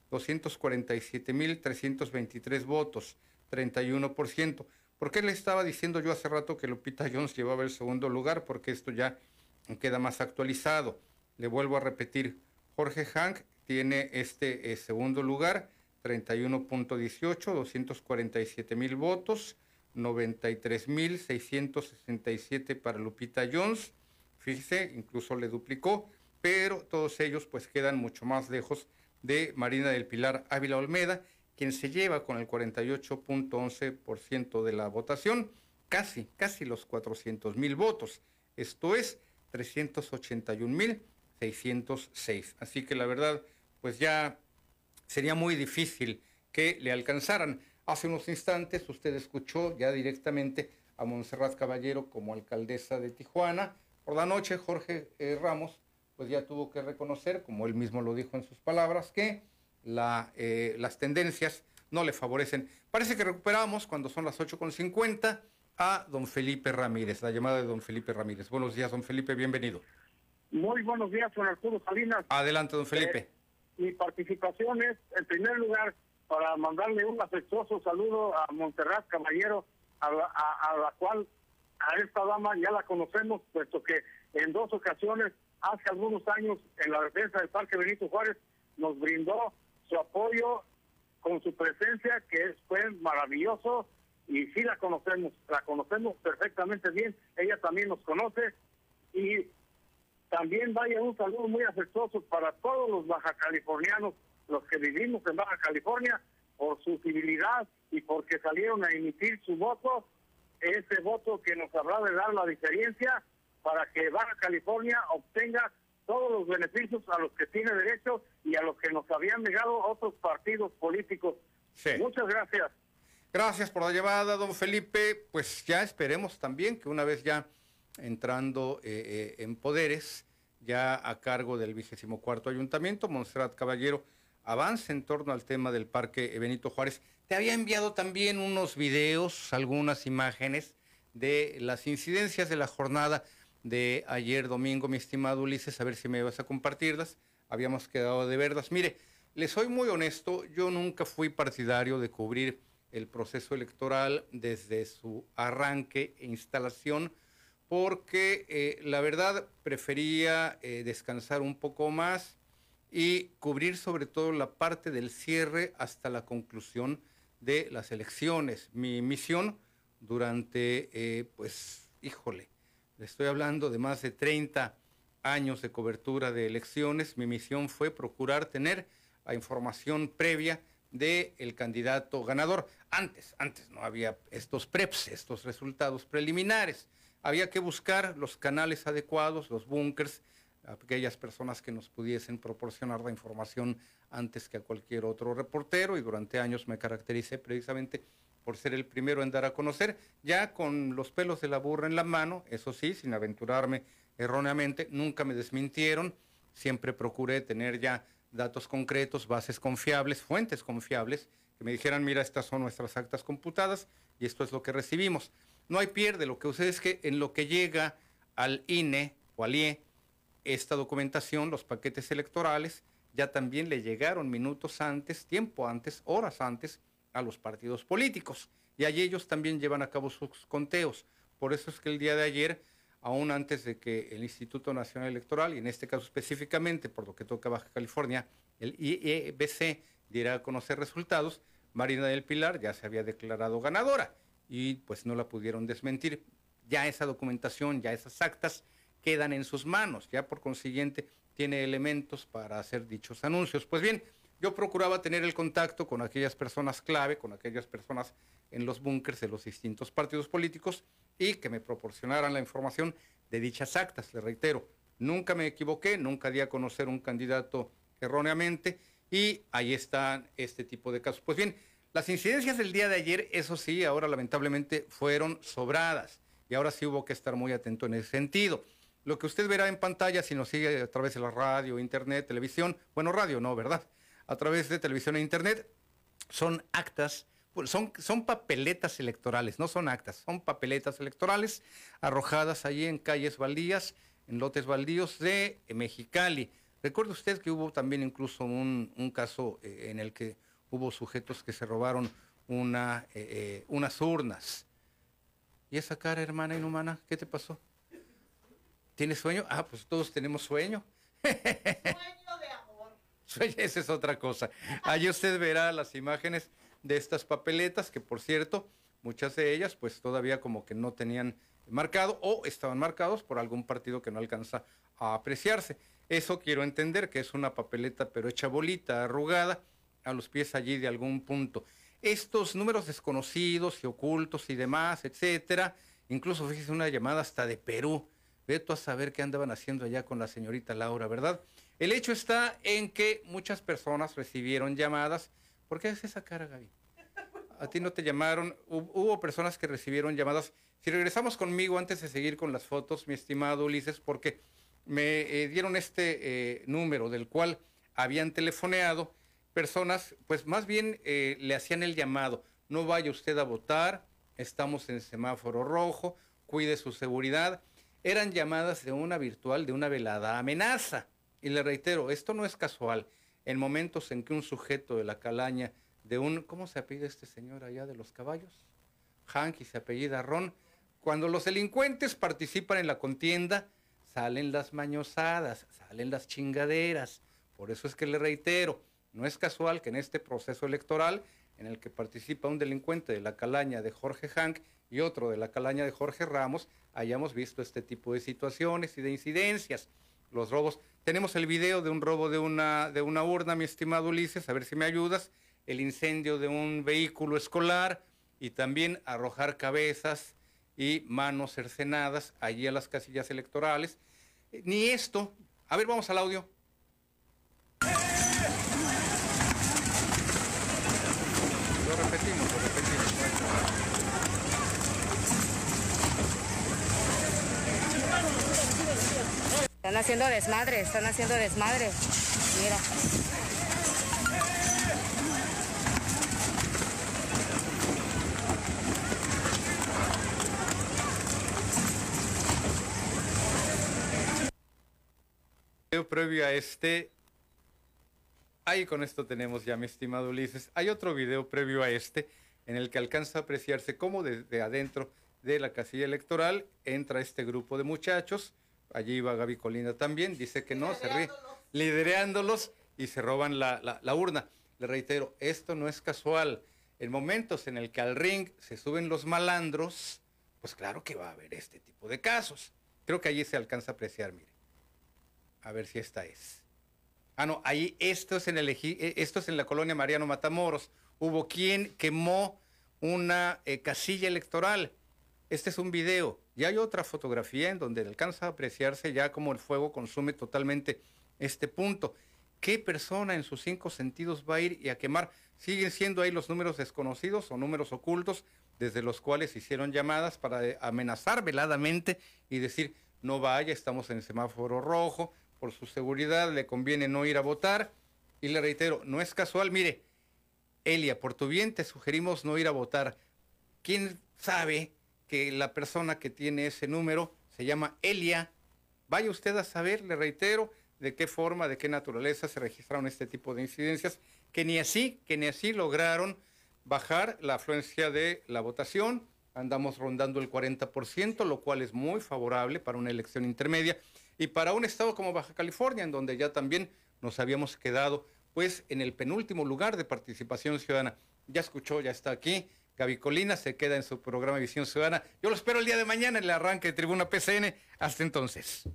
247,323 votos, 31%. ¿Por qué le estaba diciendo yo hace rato que Lupita Jones llevaba el segundo lugar? Porque esto ya queda más actualizado. Le vuelvo a repetir, Jorge Hank tiene este segundo lugar, 31.18, 247,000 votos, 93,667 para Lupita Jones. Fíjese, incluso le duplicó, pero todos ellos pues quedan mucho más lejos de Marina del Pilar Ávila Olmeda, quien se lleva con el 48.11% de la votación, casi los 400,000 votos. Esto es 381,606. Así que la verdad, pues ya sería muy difícil que le alcanzaran. Hace unos instantes usted escuchó ya directamente a Montserrat Caballero como alcaldesa de Tijuana. Por la noche, Jorge Ramos pues ya tuvo que reconocer, como él mismo lo dijo en sus palabras, que las tendencias no le favorecen. Parece que recuperamos, cuando son las 8:50, a don Felipe Ramírez, la llamada de don Felipe Ramírez. Buenos días, don Felipe, bienvenido. Muy buenos días, don Arturo Salinas. Adelante, don Felipe. Mi participación es, en primer lugar, para mandarle un afectuoso saludo a Montserrat Caballero, a la cual, a esta dama ya la conocemos, puesto que en 2 ocasiones, hace algunos años, en la defensa del Parque Benito Juárez, nos brindó su apoyo con su presencia, que fue maravilloso, y sí la conocemos perfectamente bien. Ella también nos conoce, y también vaya un saludo muy afectuoso para todos los bajacalifornianos, los que vivimos en Baja California, por su civilidad y porque salieron a emitir su voto, ese voto que nos habrá de dar la diferencia para que Baja California obtenga todos los beneficios a los que tiene derecho y a los que nos habían negado otros partidos políticos. Sí. Muchas gracias. Gracias por la llamada, don Felipe. Pues ya esperemos también que una vez ya entrando en poderes, ya a cargo del 24º Ayuntamiento, Montserrat Caballero avance en torno al tema del Parque Benito Juárez. Te había enviado también unos videos, algunas imágenes de las incidencias de la jornada de ayer domingo, mi estimado Ulises, a ver si me vas a compartirlas. Habíamos quedado de verlas. Mire, les soy muy honesto, yo nunca fui partidario de cubrir el proceso electoral desde su arranque e instalación, porque la verdad prefería descansar un poco más y cubrir sobre todo la parte del cierre hasta la conclusión de las elecciones. Mi misión durante, pues, híjole, le estoy hablando de más de 30 años de cobertura de elecciones. Mi misión fue procurar tener la información previa del candidato ganador. Antes no había estos preps, estos resultados preliminares. Había que buscar los canales adecuados, los búnkers, aquellas personas que nos pudiesen proporcionar la información antes que a cualquier otro reportero, y durante años me caractericé precisamente por ser el primero en dar a conocer, ya con los pelos de la burra en la mano, eso sí, sin aventurarme erróneamente. Nunca me desmintieron, siempre procuré tener ya datos concretos, bases confiables, fuentes confiables, que me dijeran, mira, estas son nuestras actas computadas y esto es lo que recibimos. No hay pierde. Lo que sucede es que en lo que llega al INE o al IE, esta documentación, los paquetes electorales, ya también le llegaron minutos antes, tiempo antes, horas antes a los partidos políticos. Y allí ellos también llevan a cabo sus conteos. Por eso es que el día de ayer, aún antes de que el Instituto Nacional Electoral, y en este caso específicamente por lo que toca Baja California, el IEBC diera a conocer resultados, Marina del Pilar ya se había declarado ganadora y pues no la pudieron desmentir. Ya esa documentación, ya esas actas quedan en sus manos, ya por consiguiente tiene elementos para hacer dichos anuncios. Pues bien, yo procuraba tener el contacto con aquellas personas clave, con aquellas personas en los búnkers de los distintos partidos políticos y que me proporcionaran la información de dichas actas. Le reitero, nunca me equivoqué, nunca di a conocer un candidato erróneamente y ahí están este tipo de casos. Pues bien, las incidencias del día de ayer, eso sí, ahora lamentablemente fueron sobradas y ahora sí hubo que estar muy atento en ese sentido. Lo que usted verá en pantalla, si nos sigue a través de la radio, internet, televisión, bueno, radio no, ¿verdad? A través de televisión e internet, son actas, son papeletas electorales, no son actas, son papeletas electorales arrojadas allí en calles baldías, en lotes baldíos de Mexicali. Recuerde usted que hubo también incluso un caso en el que hubo sujetos que se robaron unas urnas. ¿Y esa cara, hermana inhumana, qué te pasó? ¿Tienes sueño? Ah, pues todos tenemos sueño. Sueño de amor. Esa es otra cosa. Allí usted verá las imágenes de estas papeletas, que por cierto, muchas de ellas pues todavía como que no tenían marcado o estaban marcados por algún partido que no alcanza a apreciarse. Eso quiero entender que es una papeleta pero hecha bolita, arrugada, a los pies allí de algún punto. Estos números desconocidos y ocultos y demás, etcétera, incluso fíjese una llamada hasta de Perú. Ve tú a saber qué andaban haciendo allá con la señorita Laura, ¿verdad? El hecho está en que muchas personas recibieron llamadas. ¿Por qué haces esa cara, Gaby? A ti no te llamaron. Hubo personas que recibieron llamadas. Si regresamos conmigo antes de seguir con las fotos, mi estimado Ulises, porque me dieron este número del cual habían telefoneado personas, pues más bien le hacían el llamado. No vaya usted a votar, estamos en semáforo rojo, cuide su seguridad. Eran llamadas de una virtual, de una velada amenaza. Y le reitero, esto no es casual. En momentos en que un sujeto de la calaña de un, ¿cómo se apellida este señor allá de los caballos? Hank, y se apellida Ron. Cuando los delincuentes participan en la contienda, salen las mañosadas, salen las chingaderas. Por eso es que le reitero, no es casual que en este proceso electoral, en el que participa un delincuente de la calaña de Jorge Hank y otro de la calaña de Jorge Ramos, hayamos visto este tipo de situaciones y de incidencias. Los robos. Tenemos el video de un robo de una urna, mi estimado Ulises, a ver si me ayudas. El incendio de un vehículo escolar y también arrojar cabezas y manos cercenadas allí a las casillas electorales. Ni esto. A ver, vamos al audio. Lo repetimos. Están haciendo desmadre. Mira. Previo a este, ahí con esto tenemos ya, mi estimado Ulises, hay otro video previo a este en el que alcanza a apreciarse cómo desde adentro de la casilla electoral entra este grupo de muchachos. Allí iba Gaby Colina también, dice que no, se ríe, lidereándolos y se roban la urna. Le reitero, esto no es casual. En momentos en el que al ring se suben los malandros, pues claro que va a haber este tipo de casos. Creo que allí se alcanza a apreciar, mire. A ver si esta es. Ah, no, ahí esto es en la colonia Mariano Matamoros. Hubo quien quemó una casilla electoral. Este es un video. Y hay otra fotografía en donde alcanza a apreciarse ya cómo el fuego consume totalmente este punto. ¿Qué persona en sus 5 sentidos va a ir y a quemar? Siguen siendo ahí los números desconocidos o números ocultos desde los cuales hicieron llamadas para amenazar veladamente y decir, no vaya, estamos en semáforo rojo, por su seguridad le conviene no ir a votar. Y le reitero, no es casual. Mire, Elia, por tu bien te sugerimos no ir a votar. ¿Quién sabe que la persona que tiene ese número se llama Elia? Vaya usted a saber, le reitero, de qué forma, de qué naturaleza se registraron este tipo de incidencias, que ni así lograron bajar la afluencia de la votación. Andamos rondando el 40%, lo cual es muy favorable para una elección intermedia y para un estado como Baja California, en donde ya también nos habíamos quedado pues en el penúltimo lugar de participación ciudadana. Ya escuchó, ya está aquí. Gaby Colina se queda en su programa Visión Ciudadana. Yo lo espero el día de mañana en el arranque de Tribuna PCN. Hasta entonces.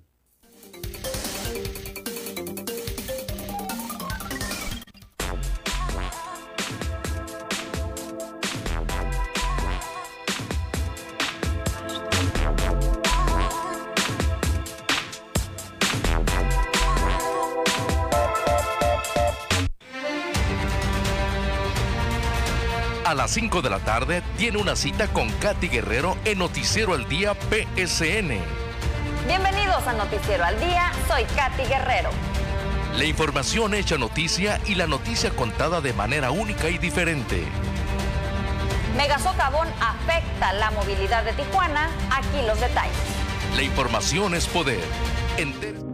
A las 5 de la tarde tiene una cita con Katy Guerrero en Noticiero al Día PSN. Bienvenidos a Noticiero al Día, soy Katy Guerrero. La información hecha noticia y la noticia contada de manera única y diferente. Megasocavón afecta la movilidad de Tijuana, aquí los detalles. La información es poder.